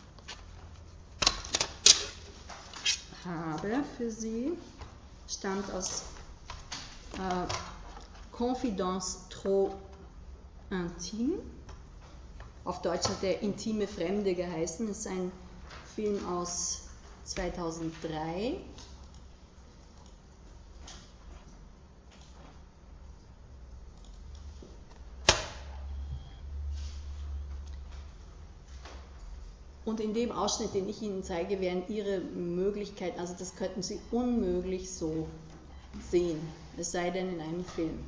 habe für Sie, stammt aus äh, Confidence trop intime. Auf Deutsch hat der Intime Fremde geheißen. Das ist ein Film aus zweitausenddrei. Und in dem Ausschnitt, den ich Ihnen zeige, wären Ihre Möglichkeiten, also das könnten Sie unmöglich so sehen, es sei denn in einem Film.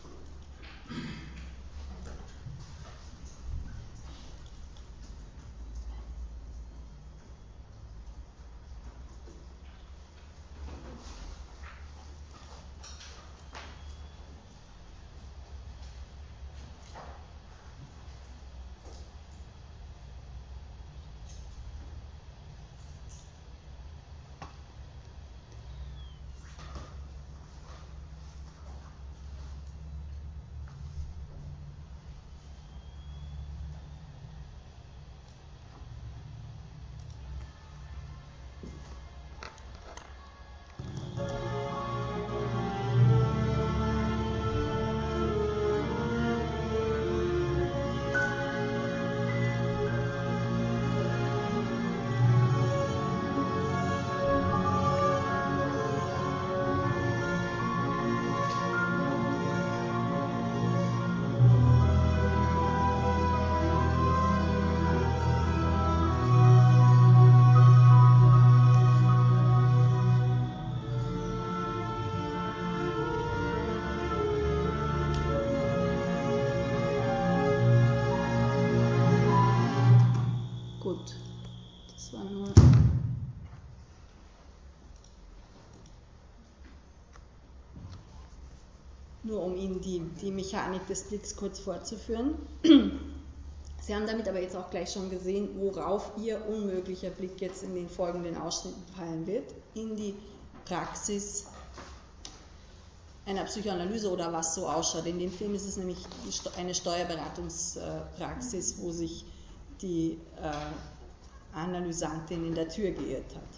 Nur um Ihnen die, die Mechanik des Blicks kurz vorzuführen. Sie haben damit aber jetzt auch gleich schon gesehen, worauf Ihr unmöglicher Blick jetzt in den folgenden Ausschnitten fallen wird, in die Praxis einer Psychoanalyse oder was so ausschaut. In dem Film ist es nämlich eine Steuerberatungspraxis, wo sich die äh, Analysantin in der Tür geirrt hat.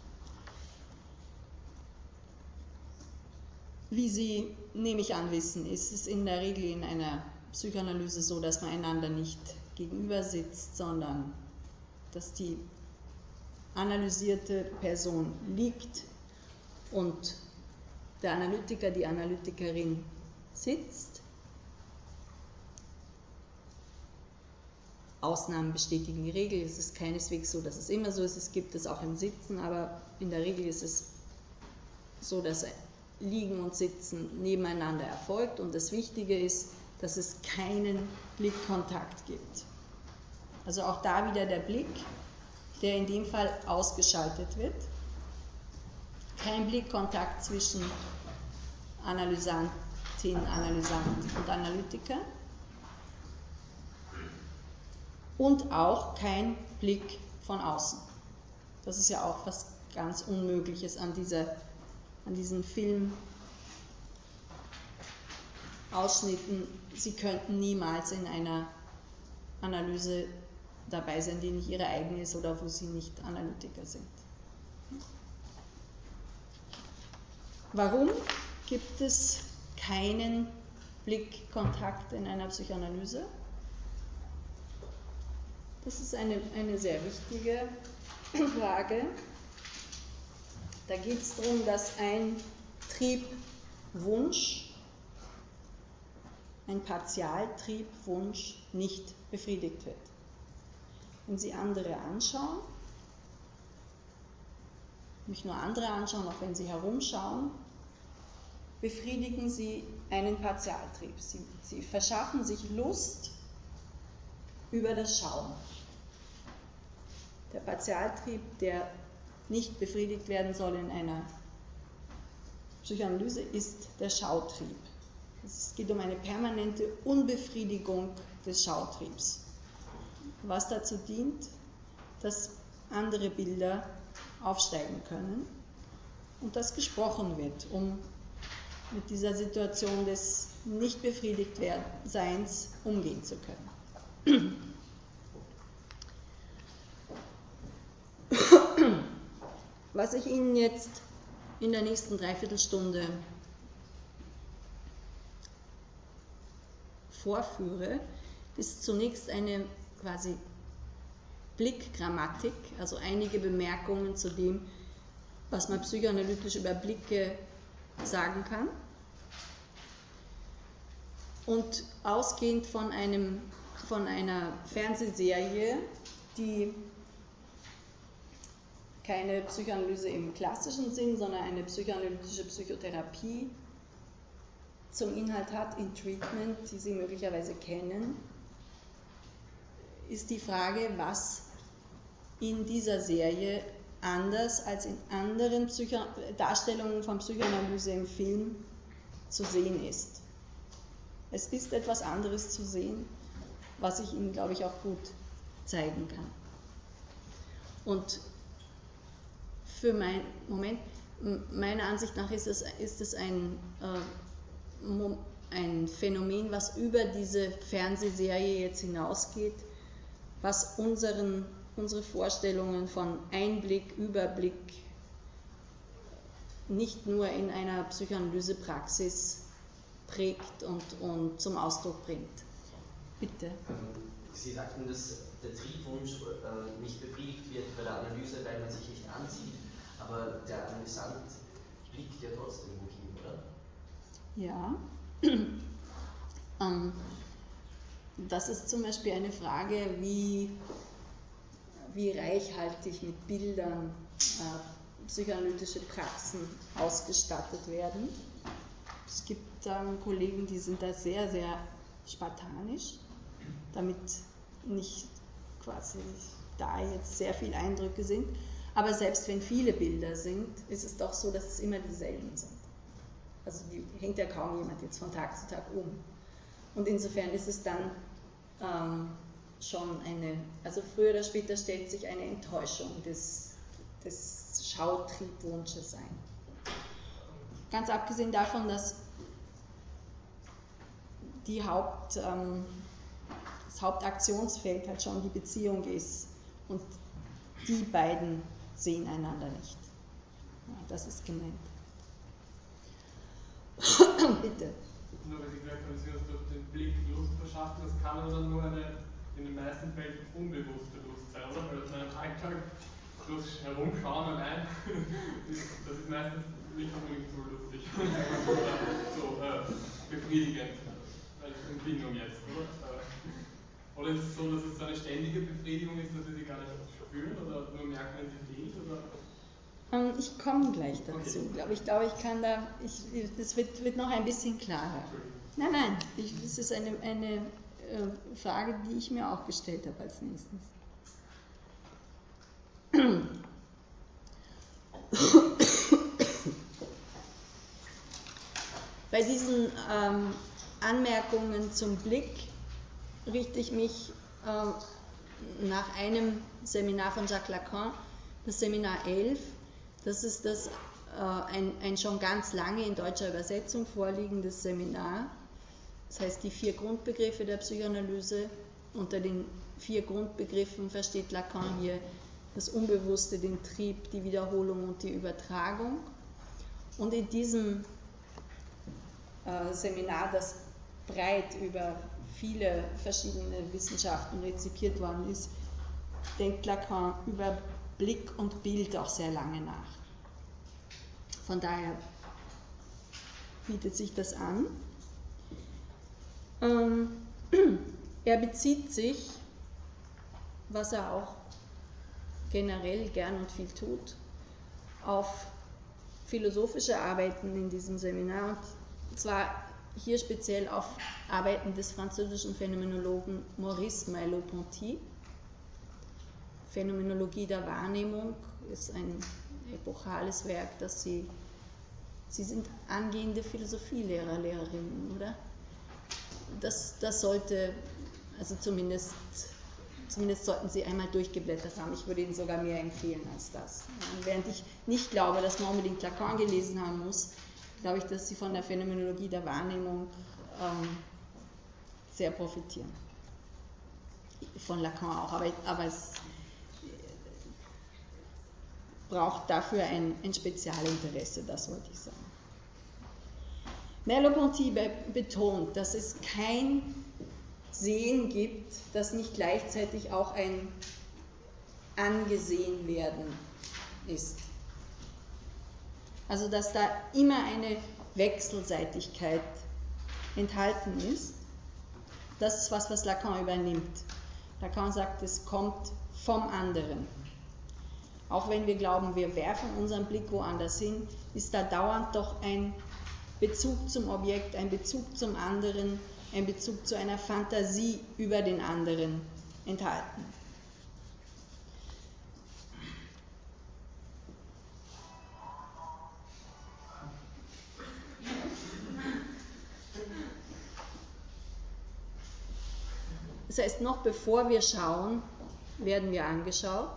Wie Sie, nehme ich an, wissen, ist es in der Regel in einer Psychoanalyse so, dass man einander nicht gegenüber sitzt, sondern dass die analysierte Person liegt und der Analytiker, die Analytikerin sitzt. Ausnahmen bestätigen die Regel. Es ist keineswegs so, dass es immer so ist. Es gibt es auch im Sitzen, aber in der Regel ist es so, dass Liegen und Sitzen nebeneinander erfolgt. Und das Wichtige ist, dass es keinen Blickkontakt gibt. Also auch da wieder der Blick, der in dem Fall ausgeschaltet wird. Kein Blickkontakt zwischen Analysantin, Analysant und Analytiker. Und auch kein Blick von außen. Das ist ja auch was ganz Unmögliches an, dieser, an diesen Filmausschnitten. Sie könnten niemals in einer Analyse dabei sein, die nicht ihre eigene ist oder wo sie nicht Analytiker sind. Warum gibt es keinen Blickkontakt in einer Psychoanalyse? Das ist eine, eine sehr wichtige Frage. Da geht es darum, dass ein Triebwunsch, ein Partialtriebwunsch nicht befriedigt wird. Wenn Sie andere anschauen, nicht nur andere anschauen, auch wenn Sie herumschauen, befriedigen Sie einen Partialtrieb. Sie, Sie verschaffen sich Lust über das Schauen. Der Partialtrieb, der nicht befriedigt werden soll in einer Psychoanalyse, ist der Schautrieb. Es geht um eine permanente Unbefriedigung des Schautriebs, was dazu dient, dass andere Bilder aufsteigen können und dass gesprochen wird, um mit dieser Situation des Nicht-Befriedigt-Seins umgehen zu können. Was ich Ihnen jetzt in der nächsten Dreiviertelstunde vorführe, ist zunächst eine quasi Blickgrammatik, also einige Bemerkungen zu dem, was man psychoanalytisch über Blicke sagen kann. Und ausgehend von, einem, von einer Fernsehserie, die keine Psychoanalyse im klassischen Sinn, sondern eine psychoanalytische Psychotherapie zum Inhalt hat, in Treatment, die Sie möglicherweise kennen, ist die Frage, was in dieser Serie anders als in anderen Psycho- Darstellungen von Psychoanalyse im Film zu sehen ist. Es ist etwas anderes zu sehen, was ich Ihnen, glaube ich, auch gut zeigen kann. Und für mein Moment, meiner Ansicht nach ist es, ist es ein, äh, ein Phänomen, was über diese Fernsehserie jetzt hinausgeht, was unseren, unsere Vorstellungen von Einblick, Überblick nicht nur in einer Psychoanalysepraxis prägt und, und zum Ausdruck bringt. Bitte. Sie sagten, dass der Triebwunsch äh, nicht befriedigt wird bei der Analyse, weil man sich nicht ansieht, aber der Analysant blickt ja trotzdem wohin, oder? Ja. ähm, das ist zum Beispiel eine Frage, wie, wie reichhaltig mit Bildern äh, psychoanalytische Praxen ausgestattet werden. Es gibt ähm, Kollegen, die sind da sehr, sehr spartanisch, damit nicht quasi da jetzt sehr viele Eindrücke sind. Aber selbst wenn viele Bilder sind, ist es doch so, dass es immer dieselben sind. Also die hängt ja kaum jemand jetzt von Tag zu Tag um. Und insofern ist es dann ähm, schon eine, also früher oder später stellt sich eine Enttäuschung des, des Schautriebwunsches ein. Ganz abgesehen davon, dass die Haupt, ähm, das Hauptaktionsfeld halt schon die Beziehung ist und die beiden sehen einander nicht. Ja, das ist gemeint. Bitte. Nur weil Sie gesagt haben, Sie uns durch den Blick Lust verschaffen, das kann aber dann nur eine in den meisten Fällen unbewusste Lust sein, oder? Weil aus meinem Alltag bloß herumschauen allein, das ist meistens nicht unbedingt so lustig oder so äh, befriedigend, als Empfindung jetzt, oder? Oder ist es so, dass es so eine ständige Befriedigung ist, dass Sie sie gar nicht spüren oder nur merken, wenn sie fehlt? Oder? Ähm, ich komme gleich dazu. Okay. Aber ich glaube, ich kann da, ich, das wird, wird noch ein bisschen klarer. Nein, nein, ich, das ist eine, eine äh, Frage, die ich mir auch gestellt habe als nächstes. Bei diesen ähm, Anmerkungen zum Blick richte ich mich äh, nach einem Seminar von Jacques Lacan, das Seminar elf. Das ist das, äh, ein, ein schon ganz lange in deutscher Übersetzung vorliegendes Seminar. Das heißt, die vier Grundbegriffe der Psychoanalyse. Unter den vier Grundbegriffen versteht Lacan hier das Unbewusste, den Trieb, die Wiederholung und die Übertragung. Und in diesem äh, Seminar, das breit über viele verschiedene Wissenschaften rezipiert worden ist, denkt Lacan über Blick und Bild auch sehr lange nach. Von daher bietet sich das an. Ähm, er bezieht sich, was er auch generell gern und viel tut, auf philosophische Arbeiten in diesem Seminar, und zwar hier speziell auf Arbeiten des französischen Phänomenologen Maurice Merleau-Ponty. Phänomenologie der Wahrnehmung ist ein epochales Werk, das Sie, Sie sind angehende Philosophielehrer, Lehrerinnen, oder? Das, das sollte, also zumindest, zumindest sollten Sie einmal durchgeblättert haben. Ich würde Ihnen sogar mehr empfehlen als das. Ja, während ich nicht glaube, dass man unbedingt Lacan gelesen haben muss, glaube ich, dass Sie von der Phänomenologie der Wahrnehmung ähm, sehr profitieren. Von Lacan auch, aber, aber es braucht dafür ein, ein Spezialinteresse, das wollte ich sagen. Merleau-Ponty betont, dass es kein Sehen gibt, das nicht gleichzeitig auch ein Angesehenwerden ist. Also dass da immer eine Wechselseitigkeit enthalten ist. Das ist was, was Lacan übernimmt. Lacan sagt, es kommt vom anderen. Auch wenn wir glauben, wir werfen unseren Blick woanders hin, ist da dauernd doch ein Bezug zum Objekt, ein Bezug zum anderen, ein Bezug zu einer Fantasie über den anderen enthalten. Das heißt, noch bevor wir schauen, werden wir angeschaut,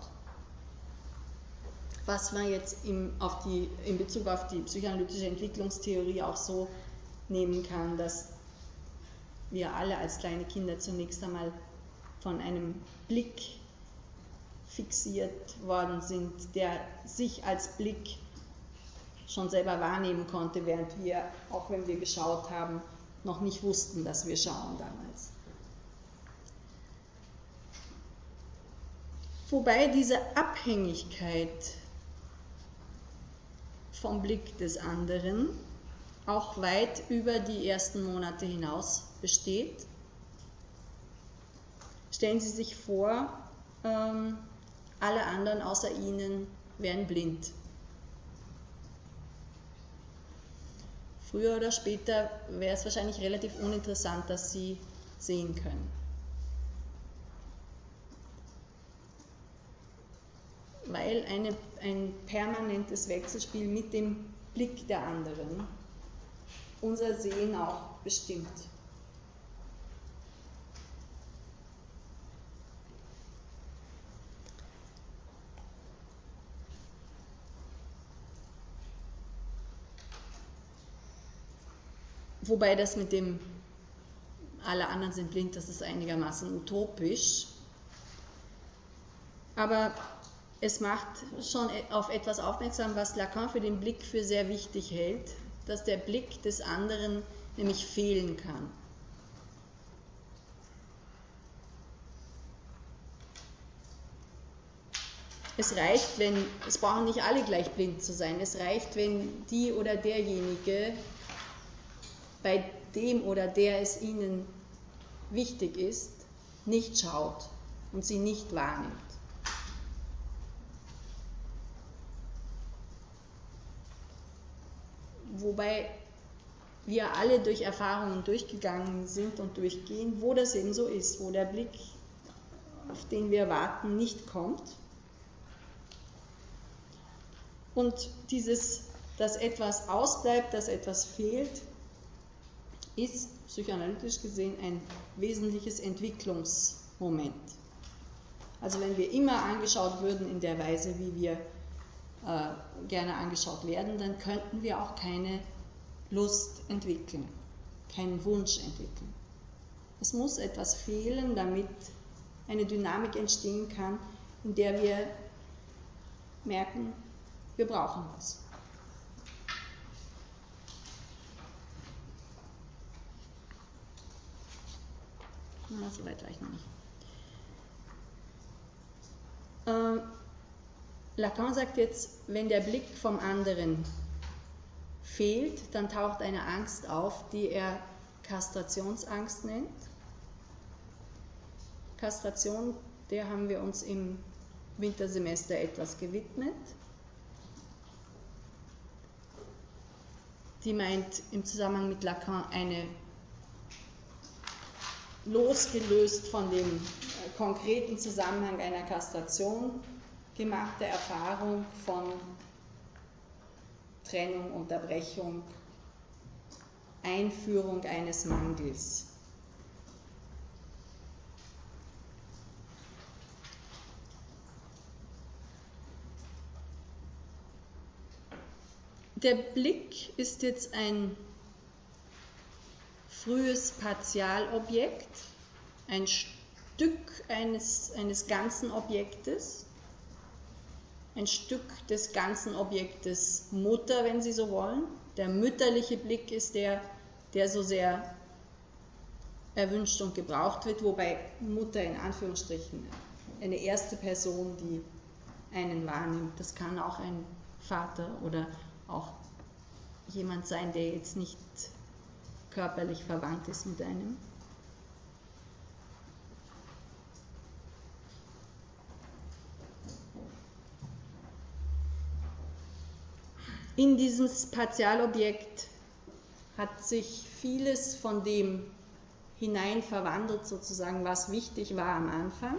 was man jetzt im, auf die, in Bezug auf die psychoanalytische Entwicklungstheorie auch so nehmen kann, dass wir alle als kleine Kinder zunächst einmal von einem Blick fixiert worden sind, der sich als Blick schon selber wahrnehmen konnte, während wir, auch wenn wir geschaut haben, noch nicht wussten, dass wir schauen damals. Wobei diese Abhängigkeit vom Blick des anderen auch weit über die ersten Monate hinaus besteht. Stellen Sie sich vor, ähm, alle anderen außer Ihnen wären blind. Früher oder später wäre es wahrscheinlich relativ uninteressant, dass Sie sehen können. Weil eine, ein permanentes Wechselspiel mit dem Blick der anderen unser Sehen auch bestimmt. Wobei das mit dem alle anderen sind blind, das ist einigermaßen utopisch. Aber es macht schon auf etwas aufmerksam, was Lacan für den Blick für sehr wichtig hält, dass der Blick des anderen nämlich fehlen kann. Es reicht, wenn, es brauchen nicht alle gleich blind zu sein, es reicht, wenn die oder derjenige, bei dem oder der es ihnen wichtig ist, nicht schaut und sie nicht wahrnimmt. Wobei wir alle durch Erfahrungen durchgegangen sind und durchgehen, wo das eben so ist, wo der Blick, auf den wir warten, nicht kommt. Und dieses, dass etwas ausbleibt, dass etwas fehlt, ist psychoanalytisch gesehen ein wesentliches Entwicklungsmoment. Also wenn wir immer angeschaut würden in der Weise, wie wir äh, gerne angeschaut werden, dann könnten wir auch keine Lust entwickeln, keinen Wunsch entwickeln. Es muss etwas fehlen, damit eine Dynamik entstehen kann, in der wir merken, wir brauchen was. Na, so weit war ich noch nicht. Äh, Lacan sagt jetzt, wenn der Blick vom anderen fehlt, dann taucht eine Angst auf, die er Kastrationsangst nennt. Kastration, der haben wir uns im Wintersemester etwas gewidmet. Die meint im Zusammenhang mit Lacan eine losgelöst von dem äh, konkreten Zusammenhang einer Kastration gemachte Erfahrung von Trennung, Unterbrechung, Einführung eines Mangels. Der Blick ist jetzt ein frühes Partialobjekt, ein Stück eines, eines ganzen Objektes, ein Stück des ganzen Objektes Mutter, wenn Sie so wollen. Der mütterliche Blick ist der, der so sehr erwünscht und gebraucht wird, wobei Mutter in Anführungsstrichen eine erste Person, die einen wahrnimmt. Das kann auch ein Vater oder auch jemand sein, der jetzt nicht körperlich verwandt ist mit einem. In dieses Partialobjekt hat sich vieles von dem hinein verwandelt, sozusagen, was wichtig war am Anfang.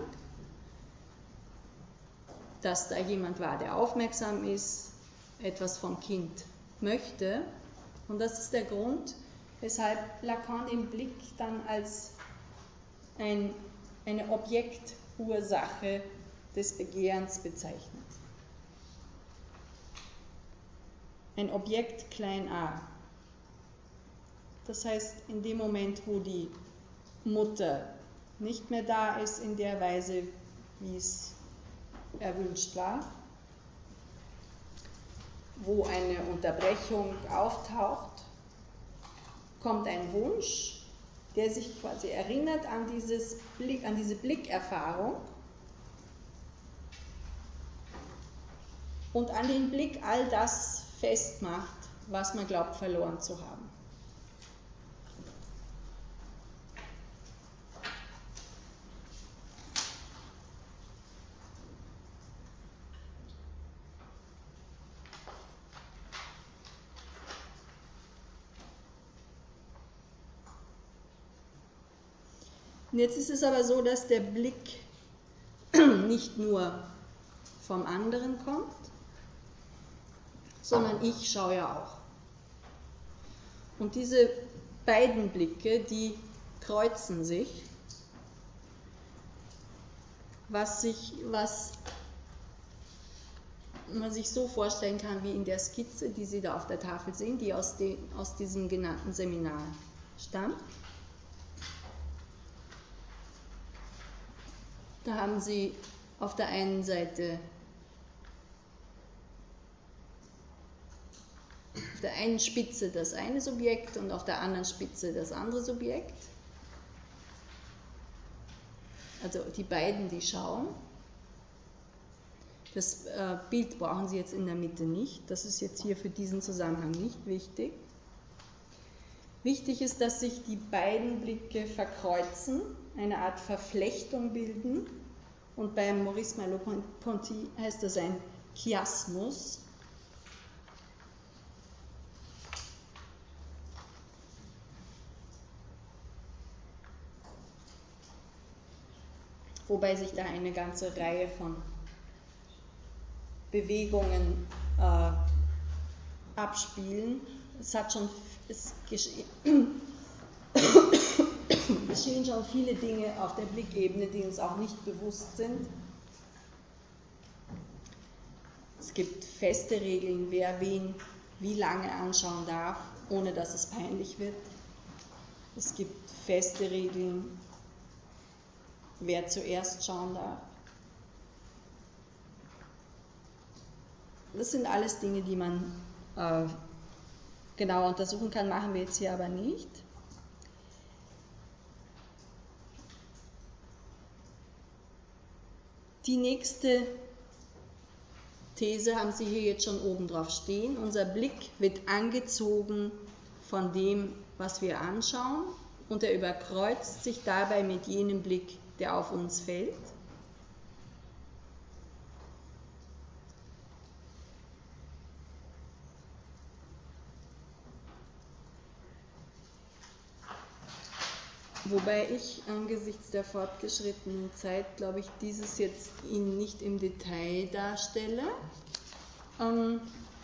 Dass da jemand war, der aufmerksam ist, etwas vom Kind möchte. Und das ist der Grund, weshalb Lacan den Blick dann als ein, eine Objektursache des Begehrens bezeichnet. Ein Objekt klein a. Das heißt, in dem Moment, wo die Mutter nicht mehr da ist, in der Weise, wie es erwünscht war, wo eine Unterbrechung auftaucht, kommt ein Wunsch, der sich quasi erinnert an, dieses Blick, an diese Blickerfahrung und an den Blick all das festmacht, was man glaubt verloren zu haben. Und jetzt ist es aber so, dass der Blick nicht nur vom anderen kommt, sondern ich schaue ja auch. Und diese beiden Blicke, die kreuzen sich, was, sich, was man sich so vorstellen kann wie in der Skizze, die Sie da auf der Tafel sehen, die aus, de, aus diesem genannten Seminar stammt. Da haben Sie auf der einen Seite, auf der einen Spitze das eine Subjekt und auf der anderen Spitze das andere Subjekt. Also die beiden, die schauen. Das äh, Bild brauchen Sie jetzt in der Mitte nicht. Das ist jetzt hier für diesen Zusammenhang nicht wichtig. Wichtig ist, dass sich die beiden Blicke verkreuzen, eine Art Verflechtung bilden. Und beim Maurice Merleau-Ponty heißt das ein Chiasmus. Wobei sich da eine ganze Reihe von Bewegungen äh, abspielen. Es hat schon, es geschehen, geschehen schon viele Dinge auf der Blickebene, die uns auch nicht bewusst sind. Es gibt feste Regeln, wer wen wie lange anschauen darf, ohne dass es peinlich wird. Es gibt feste Regeln, wer zuerst schauen darf. Das sind alles Dinge, die man äh, genauer untersuchen kann, machen wir jetzt hier aber nicht. Die nächste These haben Sie hier jetzt schon oben drauf stehen. Unser Blick wird angezogen von dem, was wir anschauen, und er überkreuzt sich dabei mit jenem Blick, der auf uns fällt. Wobei ich angesichts der fortgeschrittenen Zeit, glaube ich, dieses jetzt Ihnen nicht im Detail darstelle. Ähm,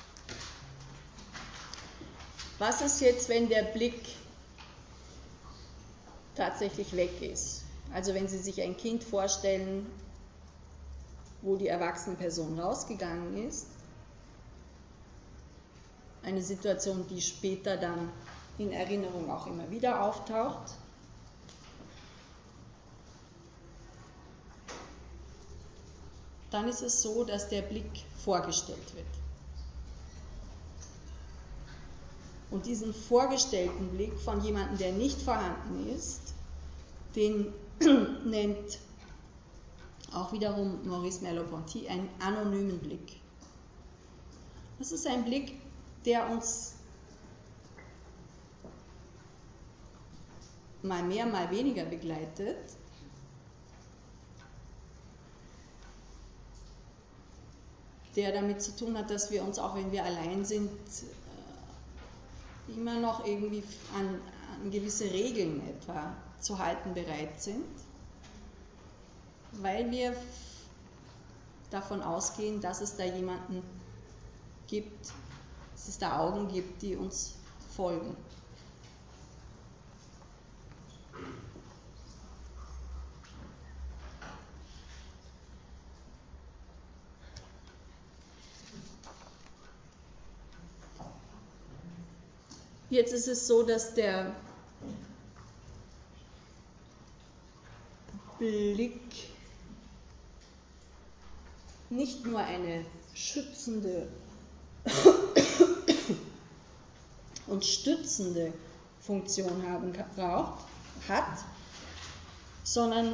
was ist jetzt, wenn der Blick tatsächlich weg ist? Also wenn Sie sich ein Kind vorstellen, wo die erwachsene Person rausgegangen ist, eine Situation, die später dann in Erinnerung auch immer wieder auftaucht. Dann ist es so, dass der Blick vorgestellt wird. Und diesen vorgestellten Blick von jemandem, der nicht vorhanden ist, den nennt auch wiederum Maurice Merleau-Ponty einen anonymen Blick. Das ist ein Blick, der uns mal mehr, mal weniger begleitet. Der damit zu tun hat, dass wir uns, auch wenn wir allein sind, immer noch irgendwie an, an gewisse Regeln etwa zu halten bereit sind, weil wir davon ausgehen, dass es da jemanden gibt, dass es da Augen gibt, die uns folgen. Jetzt ist es so, dass der Blick nicht nur eine schützende und stützende Funktion haben braucht, hat, sondern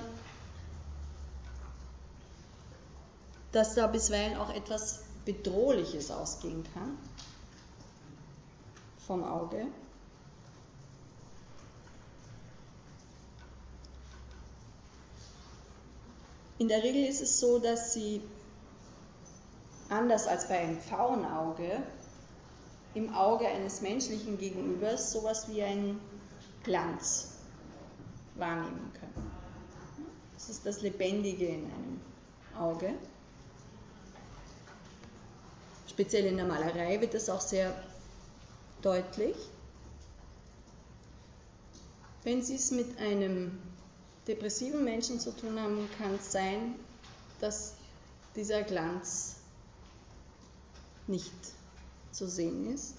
dass da bisweilen auch etwas Bedrohliches ausgehen kann vom Auge. In der Regel ist es so, dass sie, anders als bei einem Pfauenauge, im Auge eines menschlichen Gegenübers sowas wie einen Glanz wahrnehmen können. Das ist das Lebendige in einem Auge. Speziell in der Malerei wird das auch sehr deutlich. Wenn Sie es mit einem depressiven Menschen zu tun haben, kann es sein, dass dieser Glanz nicht zu sehen ist.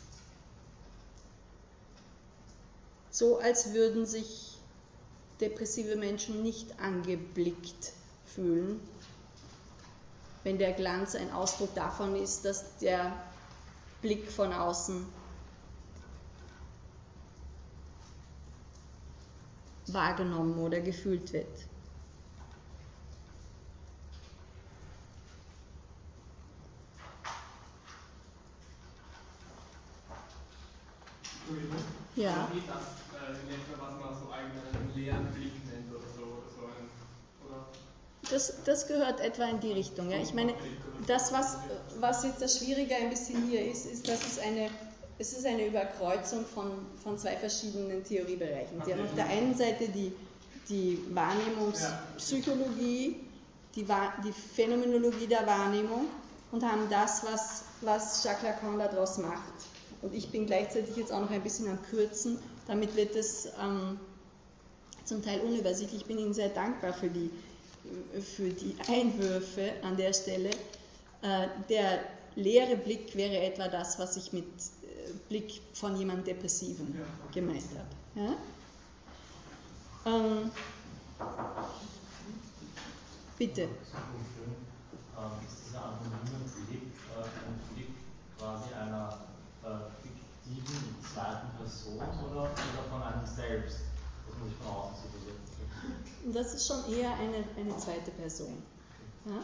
So als würden sich depressive Menschen nicht angeblickt fühlen, wenn der Glanz ein Ausdruck davon ist, dass der Blick von außen wahrgenommen oder gefühlt wird. Entschuldigung. Ja. Wie das äh, in etwa, was man so einen leeren Blick nennt oder so, oder so einen, oder? Das, das gehört etwa in die Richtung. Ja. Ich meine, das, was, was jetzt das Schwierige ein bisschen hier ist, ist, dass es eine, es ist eine Überkreuzung von, von zwei verschiedenen Theoriebereichen. Sie haben auf der einen Seite die, die Wahrnehmungspsychologie, die, die Phänomenologie der Wahrnehmung und haben das, was, was Jacques Lacan daraus macht. Und ich bin gleichzeitig jetzt auch noch ein bisschen am Kürzen, damit wird es ähm, zum Teil unübersichtlich. Ich bin Ihnen sehr dankbar für die, für die Einwürfe an der Stelle. Äh, der leere Blick wäre etwa das, was ich mit äh, Blick von jemandem Depressiven ja. gemeint habe. Ja? Ähm, bitte. Ähm, ist dieser anonyme Blick äh, ein Blick quasi einer äh, fiktiven zweiten Person oder, oder von einem selbst, dass man sich von außen so bewegt? Das ist schon eher eine, eine zweite Person. Ja?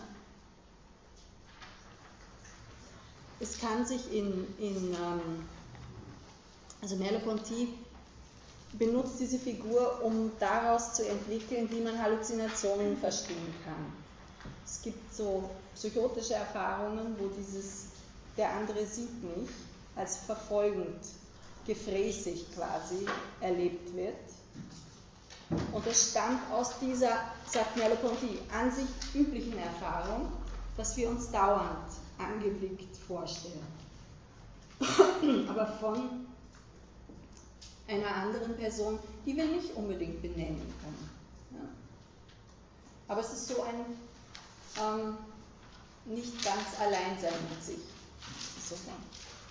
Es kann sich in, in ähm, also Merleau-Ponty benutzt diese Figur, um daraus zu entwickeln, wie man Halluzinationen verstehen kann. Es gibt so psychotische Erfahrungen, wo dieses der andere sieht mich als verfolgend, gefräßig quasi erlebt wird. Und das stammt aus dieser, sagt Merleau-Ponty, an sich üblichen Erfahrung, dass wir uns dauernd angeblickt vorstellen. Aber von einer anderen Person, die wir nicht unbedingt benennen können. Ja? Aber es ist so ein ähm, nicht ganz Alleinsein mit sich. Sozusagen.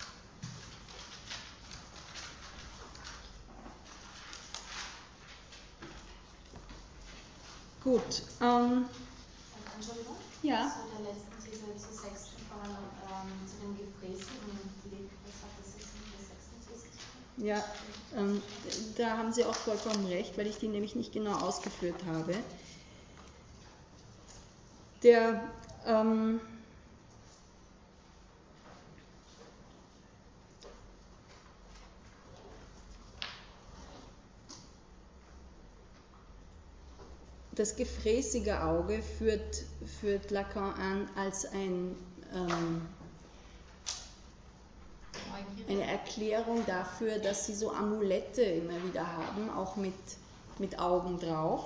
Gut. Ähm, Entschuldigung? Ja. Zu der letzten These, zur sechsten, von, ähm, zu dem gefräßigen Blick, was hat das jetzt mit der sechsten These zu tun? Ja, ähm, da haben Sie auch vollkommen recht, weil ich die nämlich nicht genau ausgeführt habe. Der ähm, das gefräßige Auge führt, führt Lacan an als ein, ähm, eine Erklärung dafür, dass sie so Amulette immer wieder haben, auch mit, mit Augen drauf,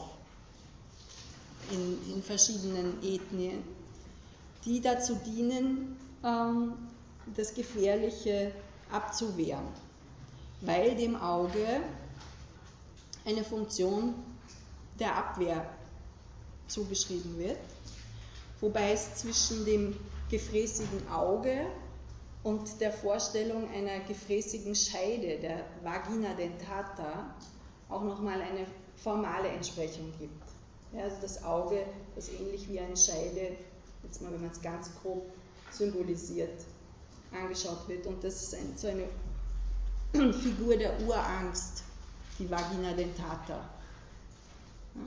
in, in verschiedenen Ethnien, die dazu dienen, ähm, das Gefährliche abzuwehren, weil dem Auge eine Funktion der Abwehr zugeschrieben wird, wobei es zwischen dem gefräßigen Auge und der Vorstellung einer gefräßigen Scheide, der Vagina dentata, auch nochmal eine formale Entsprechung gibt. Ja, also das Auge, das ähnlich wie eine Scheide, jetzt mal, wenn man es ganz grob symbolisiert, angeschaut wird. Und das ist ein, so eine Figur der Urangst, die Vagina dentata. Ja.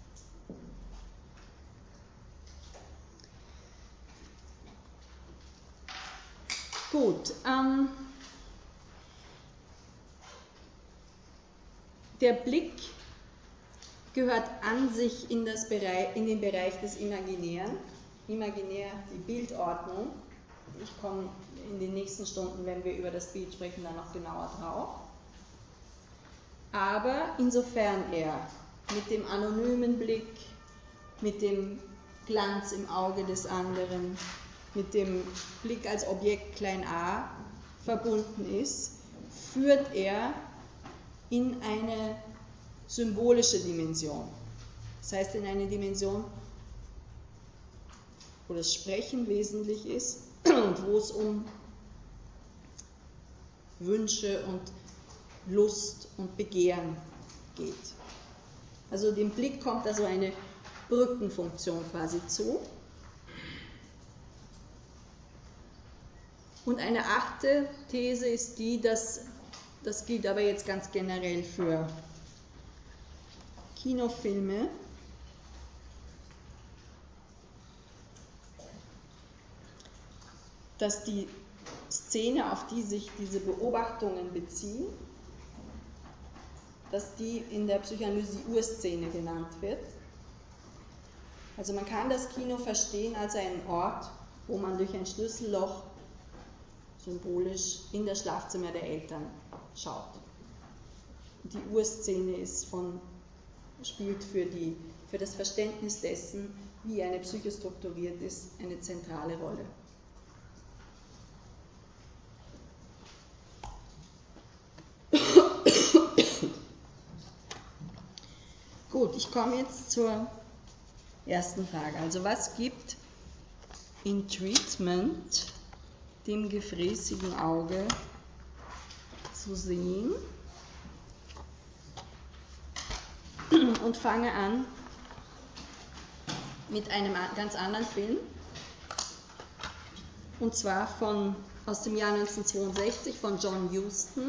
Gut, ähm, der Blick gehört an sich in, das Bereich, in den Bereich des Imaginären. Imaginär, die Bildordnung. Ich komme in den nächsten Stunden, wenn wir über das Bild sprechen, dann noch genauer drauf. Aber insofern er mit dem anonymen Blick, mit dem Glanz im Auge des anderen, mit dem Blick als Objekt klein a verbunden ist, führt er in eine symbolische Dimension. Das heißt, in eine Dimension, wo das Sprechen wesentlich ist und wo es um Wünsche und Lust und Begehren geht. Also dem Blick kommt also eine Brückenfunktion quasi zu. Und eine achte These ist die, dass, das gilt aber jetzt ganz generell für Kinofilme, dass die Szene, auf die sich diese Beobachtungen beziehen, dass die in der Psychoanalyse die Urszene genannt wird. Also man kann das Kino verstehen als einen Ort, wo man durch ein Schlüsselloch symbolisch in das Schlafzimmer der Eltern schaut. Die Urszene ist von, spielt für, die, für das Verständnis dessen, wie eine Psyche strukturiert ist, eine zentrale Rolle. Gut, ich komme jetzt zur ersten Frage. Also was gibt in Treatment dem gefräßigen Auge zu sehen? Und fange an mit einem ganz anderen Film, und zwar von, aus dem Jahr neunzehnhundertzweiundsechzig von John Huston.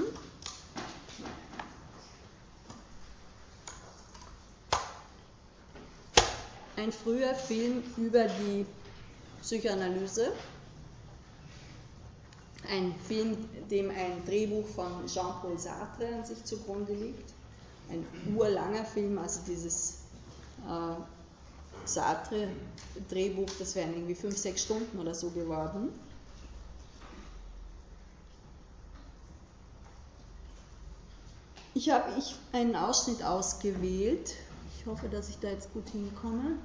Ein früher Film über die Psychoanalyse. Ein Film, dem ein Drehbuch von Jean-Paul Sartre an sich zugrunde liegt. Ein urlanger Film, also dieses äh, Sartre-Drehbuch, das wären irgendwie fünf, sechs Stunden oder so geworden. Ich habe ich einen Ausschnitt ausgewählt ich hoffe, dass ich da jetzt gut hinkomme,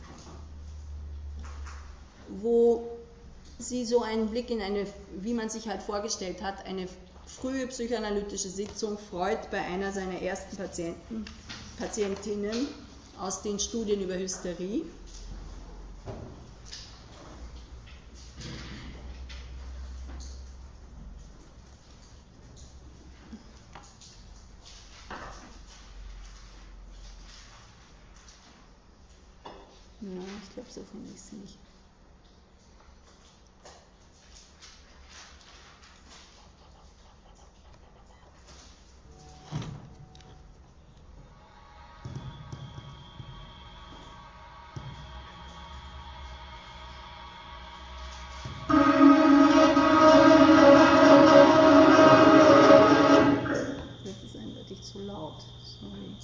wo sie so einen Blick in eine, wie man sich halt vorgestellt hat, eine frühe psychoanalytische Sitzung Freud bei einer seiner ersten Patienten, Patientinnen aus den Studien über Hysterie. Ja, ich glaube, so finde ich es nicht. Das ist eindeutig zu laut. Sorry.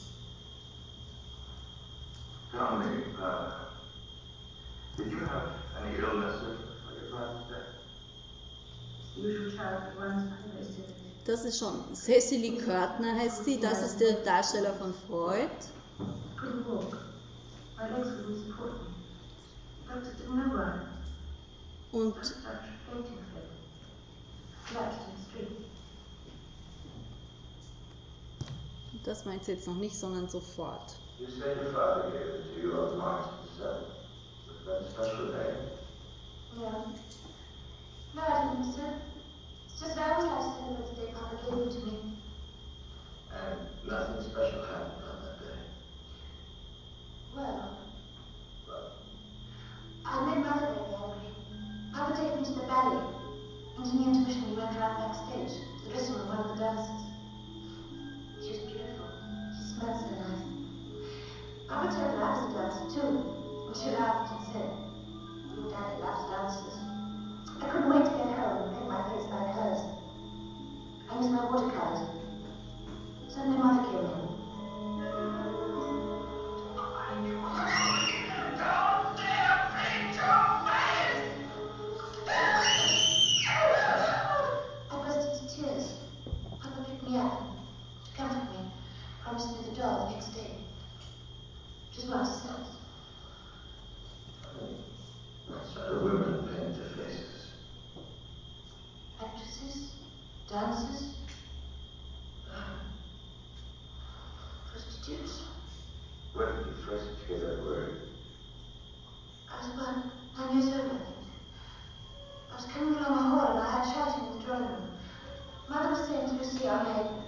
Tell me, uh, did you have any illnesses for your father's death? Usual childhood ones, unlisted. Das ist schon Cecily Körtner heißt sie, das ist der Darsteller von Freud. Couldn't walk. My legs wouldn't support me. Doctors didn't know why. Und Just after a fainting fit. Collapsed in the street. das meint sie jetzt noch nicht, sondern sofort. You said your father gave it to you on March the seventh. Was that a special day? Yeah. No, I didn't miss it. It's just that I always like to celebrate the day Papa gave it to me. And nothing special happened on that day. Well, But I made Mother very angry. Papa took me to the ballet. Into the intermission, we went round backstage to the dressing room of one of the dancers. She was beautiful. She smelled so nice. Papa told her I was a dancer too, and she laughed and said, "Your daddy loves dancers." I couldn't wait to get home and paint my face like hers. I used my watercolors. Suddenly Mother came in. I burst into tears. Papa picked me up to comfort me, promised me the doll the next day. Just not herself. what sort of women paint their faces? Actresses, dancers, prostitutes. When did you first hear that word? I was about nine years old, I think. I was coming along the hall and I heard shouting in the drawing room. Mother was saying to Lucy on the apron,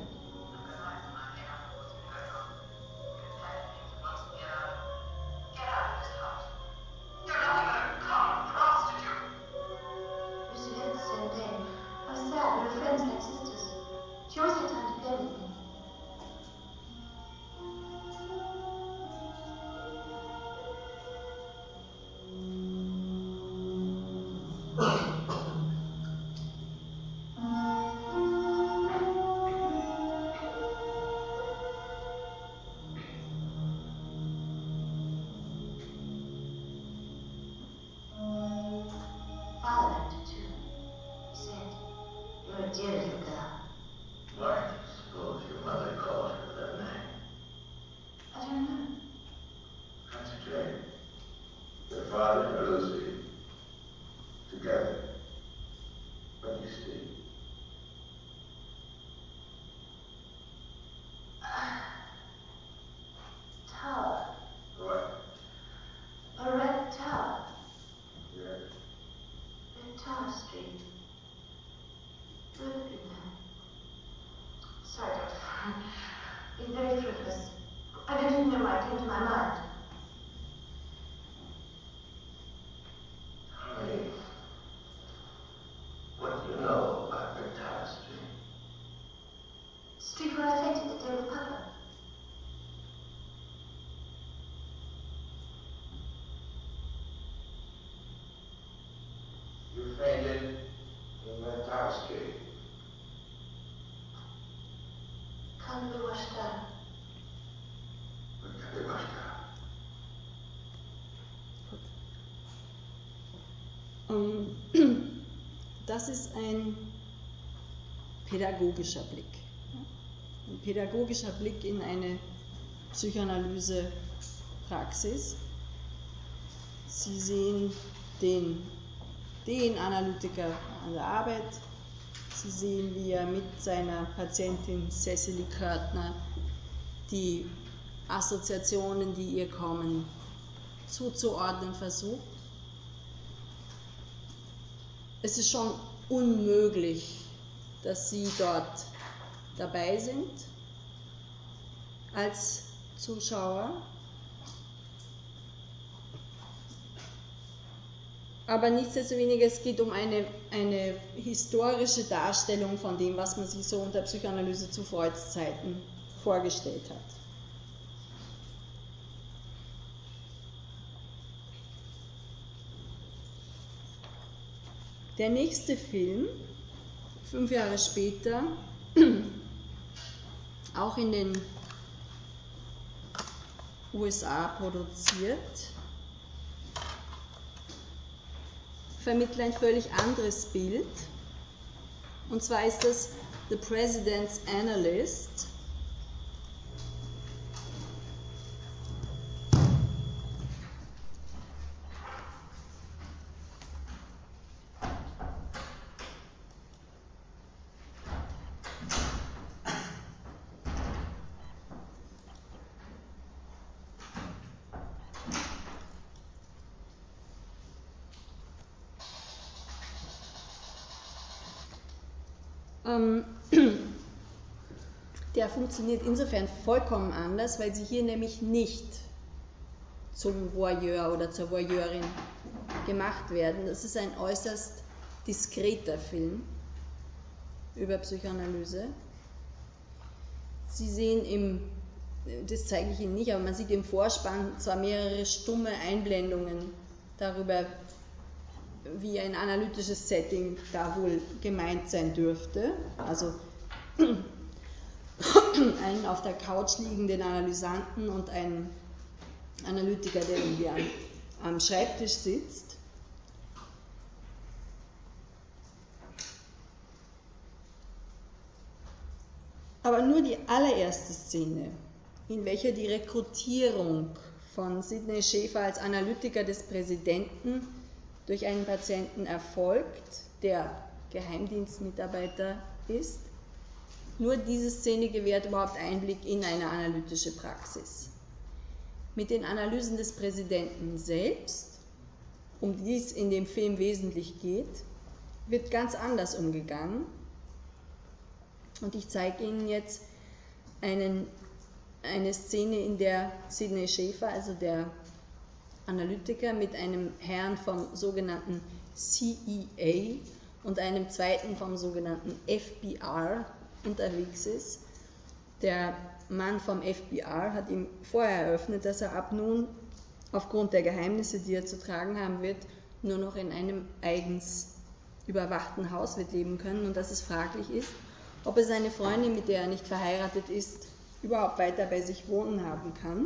Lucy had the same pain. I was sad. We were friends like sisters. She always had time to play with me. Father liked it too. He said, "You're a dear little girl." Why do you suppose your mother called her that name? I don't know. That's Jane. Your father and Lucy together. What do you see? Tower. What? A red tower. Yes. Red Tower Street. Who would have been there? Sorry, Doctor. Being very frivolous. I don't even know why it came to my mind. Honey, what do you know about Red Tower Street? Street where I fainted the day with Papa. You fainted in Red Tower Street. Can't be washed out. What can be washed out? Ähm, Das ist ein pädagogischer Blick. Ein pädagogischer Blick in eine Psychoanalyse-Praxis. Sie sehen den, den Analytiker an der Arbeit. Sie sehen, wie er mit seiner Patientin Cecily Körtner die Assoziationen, die ihr kommen, zuzuordnen versucht. Es ist schon unmöglich, dass Sie dort dabei sind als Zuschauer. Aber nichtsdestoweniger, es geht um eine, eine historische Darstellung von dem, was man sich so unter Psychoanalyse zu Freuds Zeiten vorgestellt hat. Der nächste Film, fünf Jahre später, auch in den U S A produziert, vermittelt ein völlig anderes Bild. Und zwar ist das The President's Analyst. Der funktioniert insofern vollkommen anders, weil sie hier nämlich nicht zum Voyeur oder zur Voyeurin gemacht werden. Das ist ein äußerst diskreter Film über Psychoanalyse. Sie sehen im, das zeige ich Ihnen nicht, aber man sieht im Vorspann zwar mehrere stumme Einblendungen darüber, wie ein analytisches Setting da wohl gemeint sein dürfte. Also einen auf der Couch liegenden Analysanten und einen Analytiker, der irgendwie am, am Schreibtisch sitzt. Aber nur die allererste Szene, in welcher die Rekrutierung von Sidney Schaefer als Analytiker des Präsidenten durch einen Patienten erfolgt, der Geheimdienstmitarbeiter ist. Nur diese Szene gewährt überhaupt Einblick in eine analytische Praxis. Mit den Analysen des Präsidenten selbst, um die es in dem Film wesentlich geht, wird ganz anders umgegangen. Und ich zeige Ihnen jetzt einen, eine Szene, in der Sidney Schaefer, also der Analytiker, mit einem Herrn vom sogenannten C I A und einem zweiten vom sogenannten F B R unterwegs ist. Der Mann vom F B R hat ihm vorher eröffnet, dass er ab nun aufgrund der Geheimnisse, die er zu tragen haben wird, nur noch in einem eigens überwachten Haus wird leben können und dass es fraglich ist, ob er seine Freundin, mit der er nicht verheiratet ist, überhaupt weiter bei sich wohnen haben kann.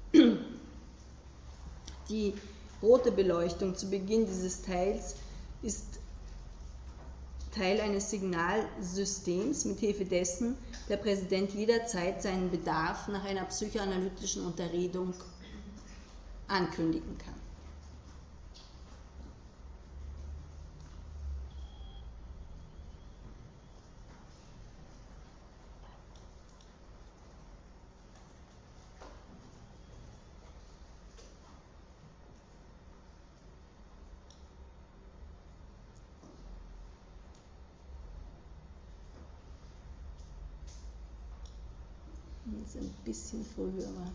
Die rote Beleuchtung zu Beginn dieses Teils ist Teil eines Signalsystems, mit Hilfe dessen der Präsident jederzeit seinen Bedarf nach einer psychoanalytischen Unterredung ankündigen kann. Das ist ein bisschen früh, aber...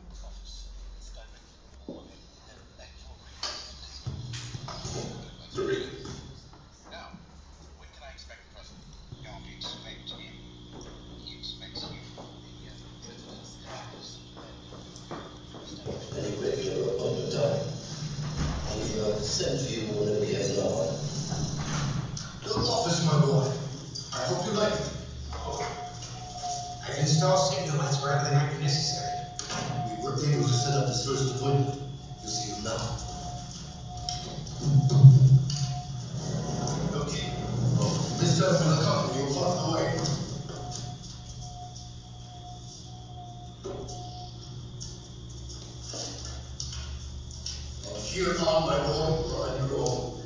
Hereupon, my lord, on your own.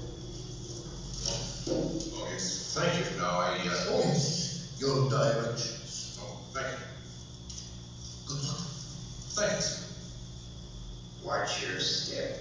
Oh, yes. Thank you. Now I, uh... Oh, yes. Your directions. Oh, thank you. Good luck. Thanks. Watch your step.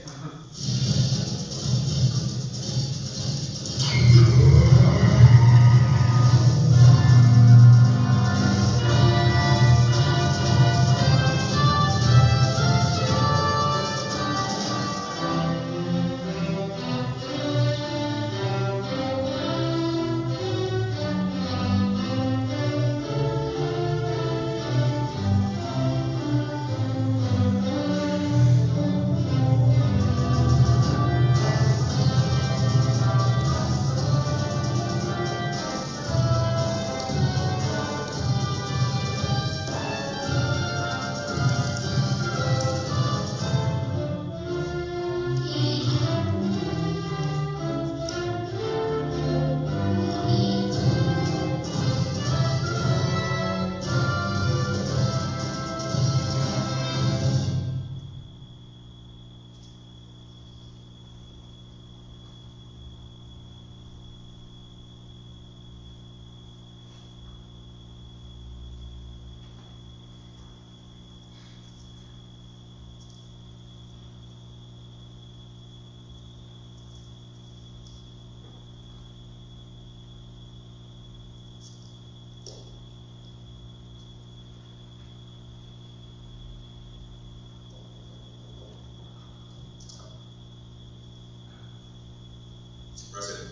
President.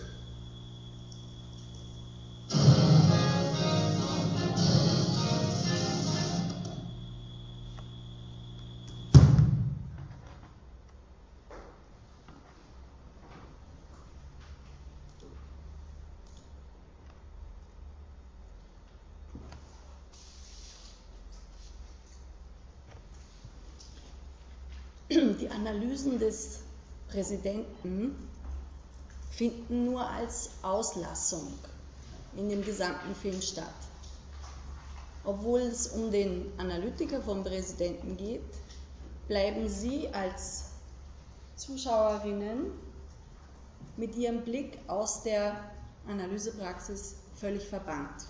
Die Analysen des Präsidenten finden nur als Auslassung in dem gesamten Film statt. Obwohl es um den Analytiker vom Präsidenten geht, bleiben Sie als Zuschauerinnen mit Ihrem Blick aus der Analysepraxis völlig verbannt.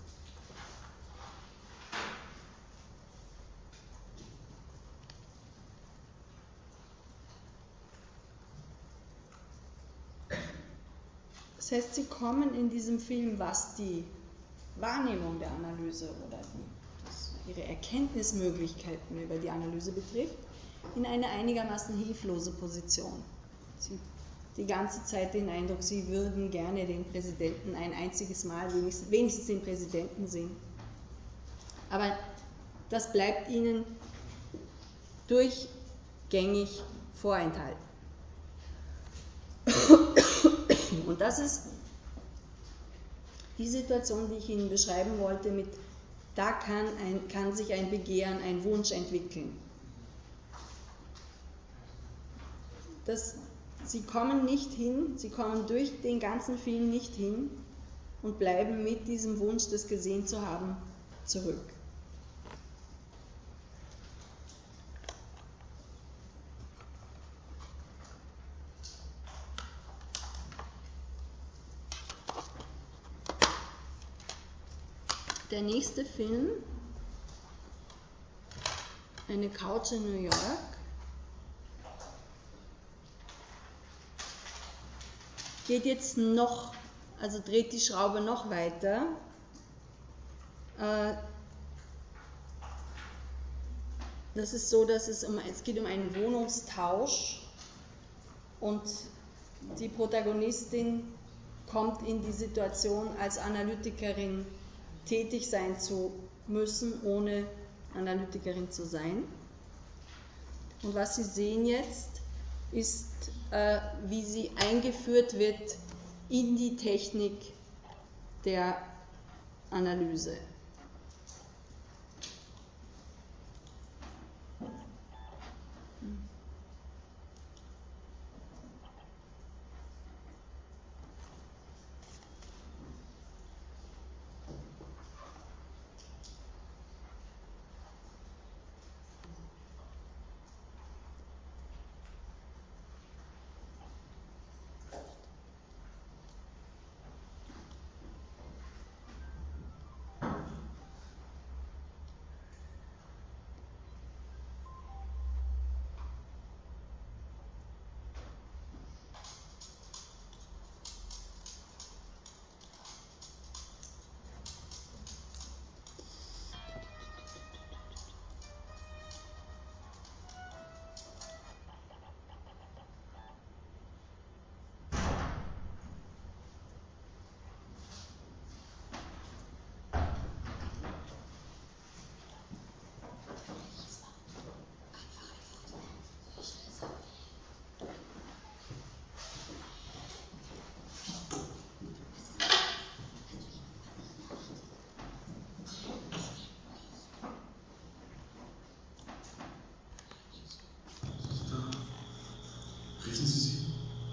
Das heißt, Sie kommen in diesem Film, was die Wahrnehmung der Analyse oder die, das, Ihre Erkenntnismöglichkeiten über die Analyse betrifft, in eine einigermaßen hilflose Position. Sie die ganze Zeit den Eindruck, Sie würden gerne den Präsidenten ein einziges Mal, wenigstens, wenigstens den Präsidenten sehen. Aber das bleibt Ihnen durchgängig vorenthalten. Und das ist die Situation, die ich Ihnen beschreiben wollte, mit da kann, ein, kann sich ein Begehren, ein Wunsch entwickeln. Das, Sie kommen nicht hin, Sie kommen durch den ganzen Film nicht hin und bleiben mit diesem Wunsch, das gesehen zu haben, zurück. Der nächste Film, Eine Couch in New York, geht jetzt noch, also dreht die Schraube noch weiter. Das ist so, dass es um, es geht um einen Wohnungstausch und die Protagonistin kommt in die Situation, als Analytikerin tätig sein zu müssen, ohne Analytikerin zu sein. Und was Sie sehen jetzt, ist, äh, wie sie eingeführt wird in die Technik der Analyse. Riechen Sie sie?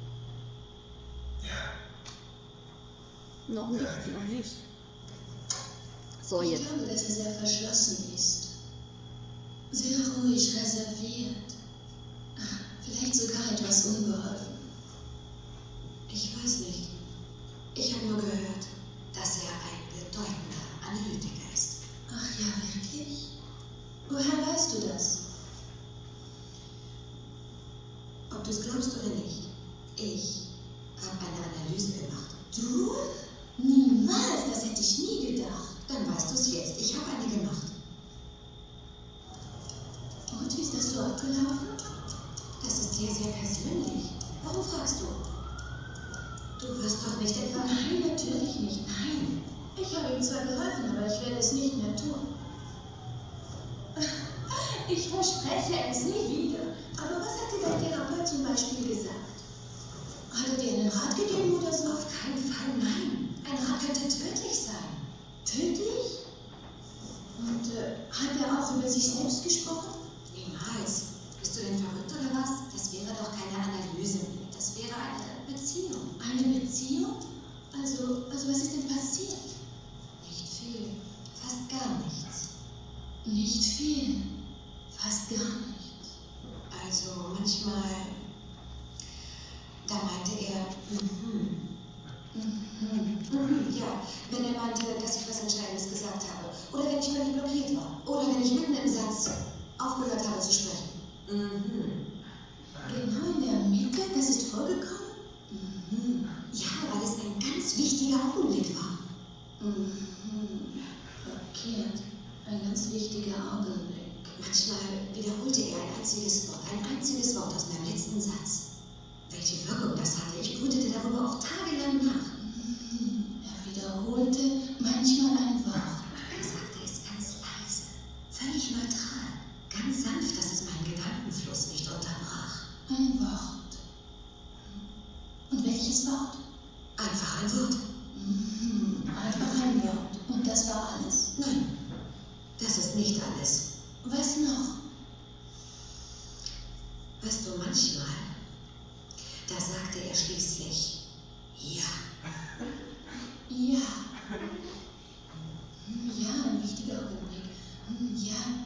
Ja. Noch nicht, noch nicht. So, Ich jetzt. glaube, dass er sehr verschlossen ist. Sehr ruhig, reserviert. Vielleicht sogar etwas unbeholfen. Ich weiß nicht. Ich habe nur gehört, dass er ein bedeutender Analytiker ist. Ach ja, wirklich? Woher weißt du das? Ob du es glaubst oder nicht, ich habe eine Analyse gemacht. Du? Niemals, das hätte ich nie gedacht. Dann weißt du es jetzt. Ich habe eine gemacht. Und wie ist das so abgelaufen? Das ist sehr, sehr persönlich. Warum fragst du? Du wirst doch nicht etwa... Nein, natürlich nicht. Nein. Ich habe ihm zwar geholfen, aber ich werde es nicht mehr tun. Ich verspreche es nie wieder. Aber was hat dir dein Therapeut zum Beispiel gesagt? Hat er dir einen Rat gegeben oder so? Auf keinen Fall, nein. Ein Rat könnte tödlich sein. Tödlich? Und äh, hat er auch über sich selbst gesprochen? Niemals. Bist du denn verrückt oder was? Das wäre doch keine Analyse. Das wäre eine Beziehung. Eine Beziehung? Also, also was ist denn passiert? Nicht viel. Fast gar nichts. Nicht viel. Fast gar nichts. Also manchmal, da meinte er, mhm. Mhm. Mhm. Ja, wenn er meinte, dass ich was Entscheidendes gesagt habe. Oder wenn ich völlig blockiert war. Oder wenn ich mitten im Satz aufgehört habe zu sprechen. Mhm. Genau in der Mitte? Das ist vorgekommen? Mhm. Ja, weil es ein ganz wichtiger Augenblick war. Mhm. Verkehrt. Ein ganz wichtiger Augenblick. Manchmal wiederholte er ein einziges Wort, ein einziges Wort aus meinem letzten Satz. Welche Wirkung das hatte, ich grübelte darüber auch tagelang nach. Mhm. Er wiederholte manchmal ein Wort. Er sagte es ganz leise, völlig neutral, ganz sanft, dass es meinen Gedankenfluss nicht unterbrach. Ein Wort. Und welches Wort? Einfach ein Wort. Mhm. Einfach ein Wort. Und das war alles? Nein, das ist nicht alles. Was noch? Weißt du, manchmal, da sagte er schließlich, ja. Ja. Ja, ein wichtiger Augenblick. Ja.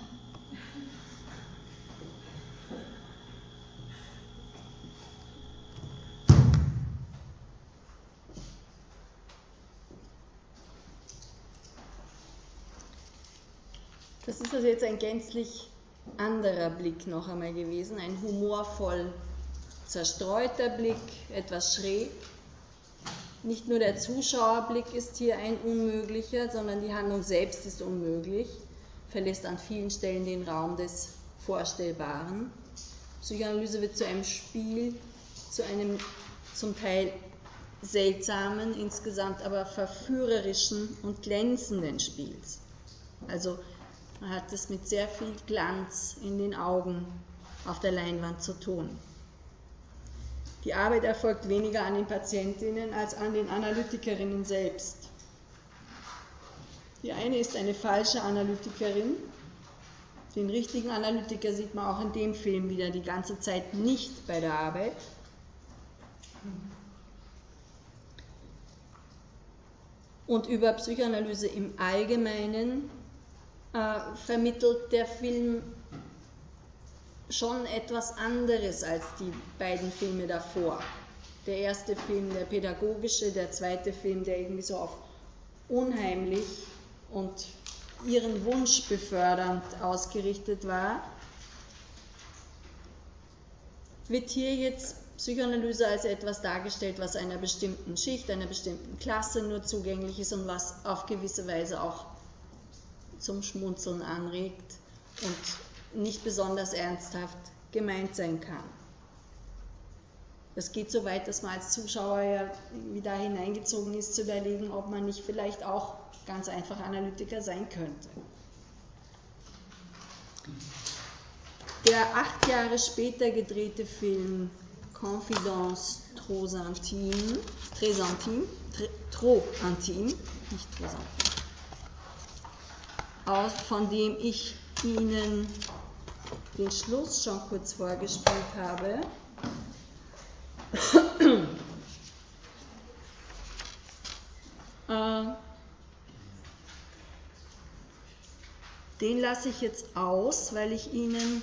Das ist also jetzt ein gänzlich anderer Blick noch einmal gewesen, ein humorvoll zerstreuter Blick, etwas schräg. Nicht nur der Zuschauerblick ist hier ein unmöglicher, sondern die Handlung selbst ist unmöglich, verlässt an vielen Stellen den Raum des Vorstellbaren. Psychoanalyse wird zu einem Spiel, zu einem zum Teil seltsamen, insgesamt aber verführerischen und glänzenden Spiels. Also man hat es mit sehr viel Glanz in den Augen auf der Leinwand zu tun. Die Arbeit erfolgt weniger an den Patientinnen als an den Analytikerinnen selbst. Die eine ist eine falsche Analytikerin. Den richtigen Analytiker sieht man auch in dem Film wieder die ganze Zeit nicht bei der Arbeit. Und über Psychoanalyse im Allgemeinen äh, vermittelt der Film schon etwas anderes als die beiden Filme davor. Der erste Film, der pädagogische, der zweite Film, der irgendwie so auf unheimlich und ihren Wunsch befördernd ausgerichtet war, wird hier jetzt Psychoanalyse als etwas dargestellt, was einer bestimmten Schicht, einer bestimmten Klasse nur zugänglich ist und was auf gewisse Weise auch zum Schmunzeln anregt und nicht besonders ernsthaft gemeint sein kann. Das geht so weit, dass man als Zuschauer ja wieder hineingezogen ist, zu überlegen, ob man nicht vielleicht auch ganz einfach Analytiker sein könnte. Der acht Jahre später gedrehte Film Confidence trop intime, très intime, très, trop intime, nicht trop intime, aus, von dem ich Ihnen den Schluss schon kurz vorgespielt habe, äh, den lasse ich jetzt aus, weil ich Ihnen,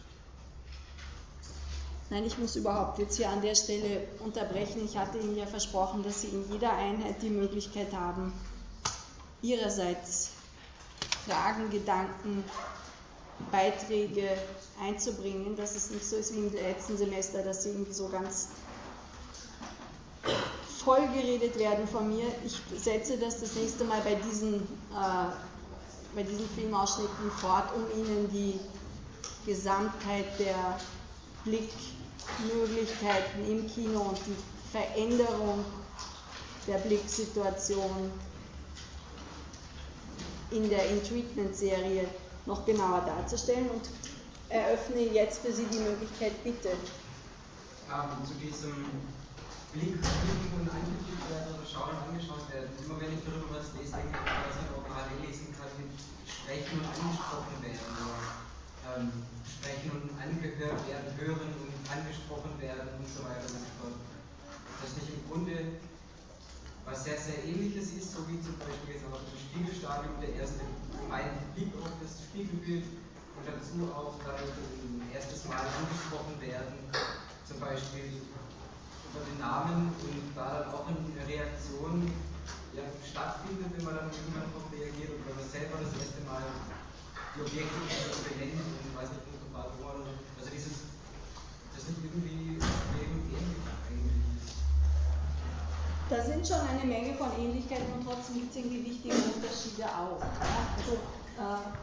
nein, ich muss überhaupt jetzt hier an der Stelle unterbrechen. Ich hatte Ihnen ja versprochen, dass Sie in jeder Einheit die Möglichkeit haben, Ihrerseits Fragen, Gedanken, Beiträge einzubringen, dass es nicht so ist wie im letzten Semester, dass sie irgendwie so ganz voll geredet werden von mir. Ich setze das das nächste Mal bei diesen, äh, bei diesen Filmausschnitten fort, um Ihnen die Gesamtheit der Blickmöglichkeiten im Kino und die Veränderung der Blicksituation in der In-Treatment-Serie noch genauer darzustellen und eröffne jetzt für Sie die Möglichkeit, bitte. Ähm, zu diesem Blick, Blicken und angeblickt werden oder schauen und angeschaut werden. Immer wenn ich darüber was lese, denke ich, dass man auch parallel lesen kann mit Sprechen und angesprochen werden. Oder ähm, sprechen und angehört werden, hören und angesprochen werden und so weiter und so fort. Das nicht im Grunde was sehr, sehr ähnliches ist, so wie zum Beispiel jetzt auch im Spiegelstadium der erste gemeine Blick auf das Spiegelbild und dazu auch dann ein erstes Mal angesprochen werden, zum Beispiel über den Namen und da dann auch eine Reaktion ja, stattfindet, wenn man dann irgendwann darauf reagiert und wenn man selber das erste Mal die Objekte benennt und weiß nicht, wo war oder so. Also dieses, das nicht irgendwie ähnlich eigentlich. Da sind schon eine Menge von Ähnlichkeiten und trotzdem gibt es irgendwie wichtige Unterschiede auch. Ja? Also, äh,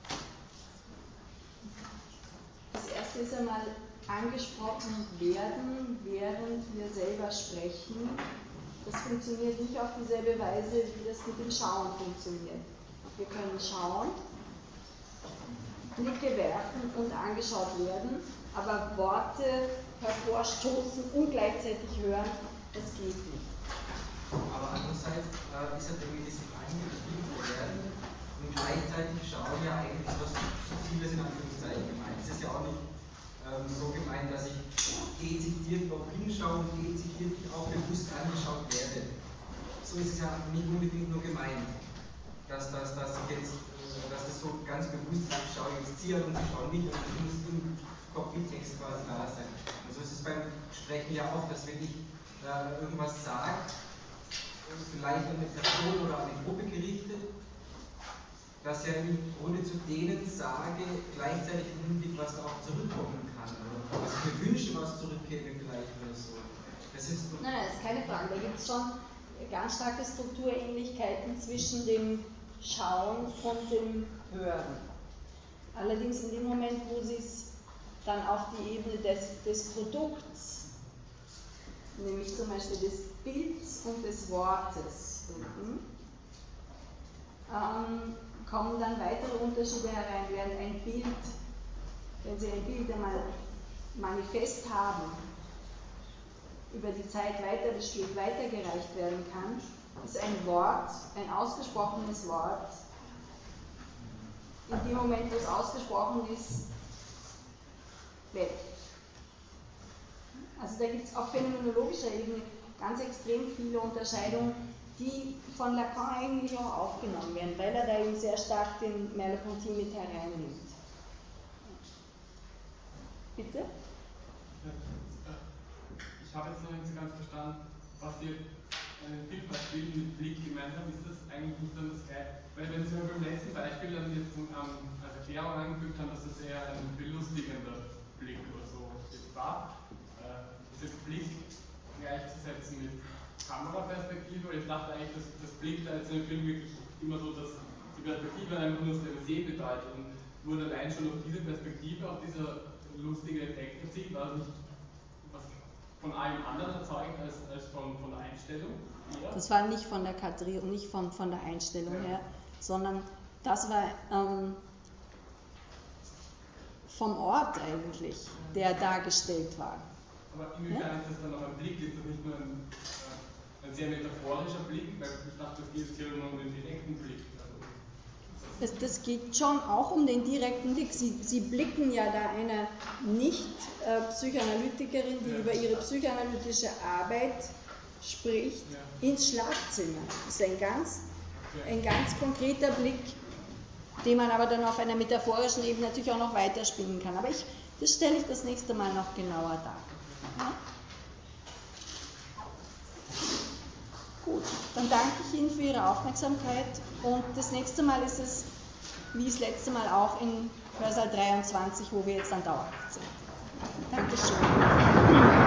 das erste ist einmal angesprochen werden, während wir selber sprechen. Das funktioniert nicht auf dieselbe Weise, wie das mit dem Schauen funktioniert. Wir können schauen, Blicke werfen und angeschaut werden, aber Worte hervorstoßen und gleichzeitig hören, das geht nicht. Aber andererseits äh, ist halt irgendwie diese angespielt werden und gleichzeitig schauen ja eigentlich was Subtiles in Anführungszeichen gemeint. Es ist ja auch nicht ähm, so gemeint, dass ich dezidiert darauf hinschaue und dezidiert auch bewusst angeschaut werde. So ist es ja nicht unbedingt nur gemeint, dass, dass, dass ich jetzt, äh, dass das so ganz bewusst ist, ich schaue jetzt hier und ich schaue nicht und ich muss im Cockpit-Text quasi da sein. Und so ist es beim Sprechen ja auch, dass wenn ich äh, irgendwas sage, vielleicht an eine Person oder an eine Gruppe gerichtet, dass ja im Grunde zu denen sage, gleichzeitig im Hinblick, was da auch zurückkommen kann. Oder was ich mir wünsche, was zurückkäme vielleicht oder so. Das ist nein, nein, das ist keine Frage. Da gibt es schon ganz starke Strukturähnlichkeiten zwischen dem Schauen und dem Hören. Allerdings in dem Moment, wo Sie es dann auf die Ebene des, des Produkts, nämlich zum Beispiel des Bilds und des Wortes bringen, ähm, kommen dann weitere Unterschiede herein, während ein Bild, wenn Sie ein Bild einmal manifest haben, über die Zeit weiter besteht, weitergereicht werden kann, ist ein Wort, ein ausgesprochenes Wort, in dem Moment, wo es ausgesprochen ist, weg. Also da gibt es auf phänomenologischer Ebene ganz extrem viele Unterscheidungen, die von Lacan eigentlich auch aufgenommen werden, weil er da eben sehr stark den Merleau-Ponty mit hereinnimmt. Bitte? Ich habe jetzt noch nicht so ganz verstanden, was Sie einen Bildbeispiel mit Blick gemeint haben. Ist das eigentlich nicht dann das Gleiche? Weil wenn Sie beim letzten Beispiel dann jetzt ähm, als Erklärung angefügt haben, dass das eher ein belustigender Blick oder so war, äh, ist jetzt Blick gleichzusetzen mit Kameraperspektive, weil ich dachte eigentlich, dass das Blick da jetzt in dem Film wirklich immer so, dass die Perspektive einfach nur das Sehen bedeutet und wurde allein schon auf diese Perspektive, auf dieser lustige Effekt erzielt, war das nicht was von allem anderen erzeugt als, als von, von der Einstellung? Eher? Das war nicht von der Kadrierung, nicht von, von der Einstellung ja. her, sondern das war ähm, vom Ort eigentlich, der dargestellt war. Aber inwiefern ja? Ist das dann noch ein Blick? Ist das nicht nur ein, äh, ein sehr metaphorischer Blick? Weil ich dachte, es geht hier nur um den direkten Blick. Also Das, das geht schon auch um den direkten Blick. Sie, Sie blicken ja da einer Nicht-Psychoanalytikerin, die ja. über ihre psychoanalytische Arbeit spricht, ja. ins Schlafzimmer. Das ist ein ganz, ja. ein ganz konkreter Blick, den man aber dann auf einer metaphorischen Ebene natürlich auch noch weiterspinnen kann. Aber ich, das stelle ich das nächste Mal noch genauer dar. Ja? Gut, dann danke ich Ihnen für Ihre Aufmerksamkeit und das nächste Mal ist es, wie das letzte Mal auch, in Hörsaal dreiundzwanzig, wo wir jetzt dann dauerhaft sind. Dankeschön.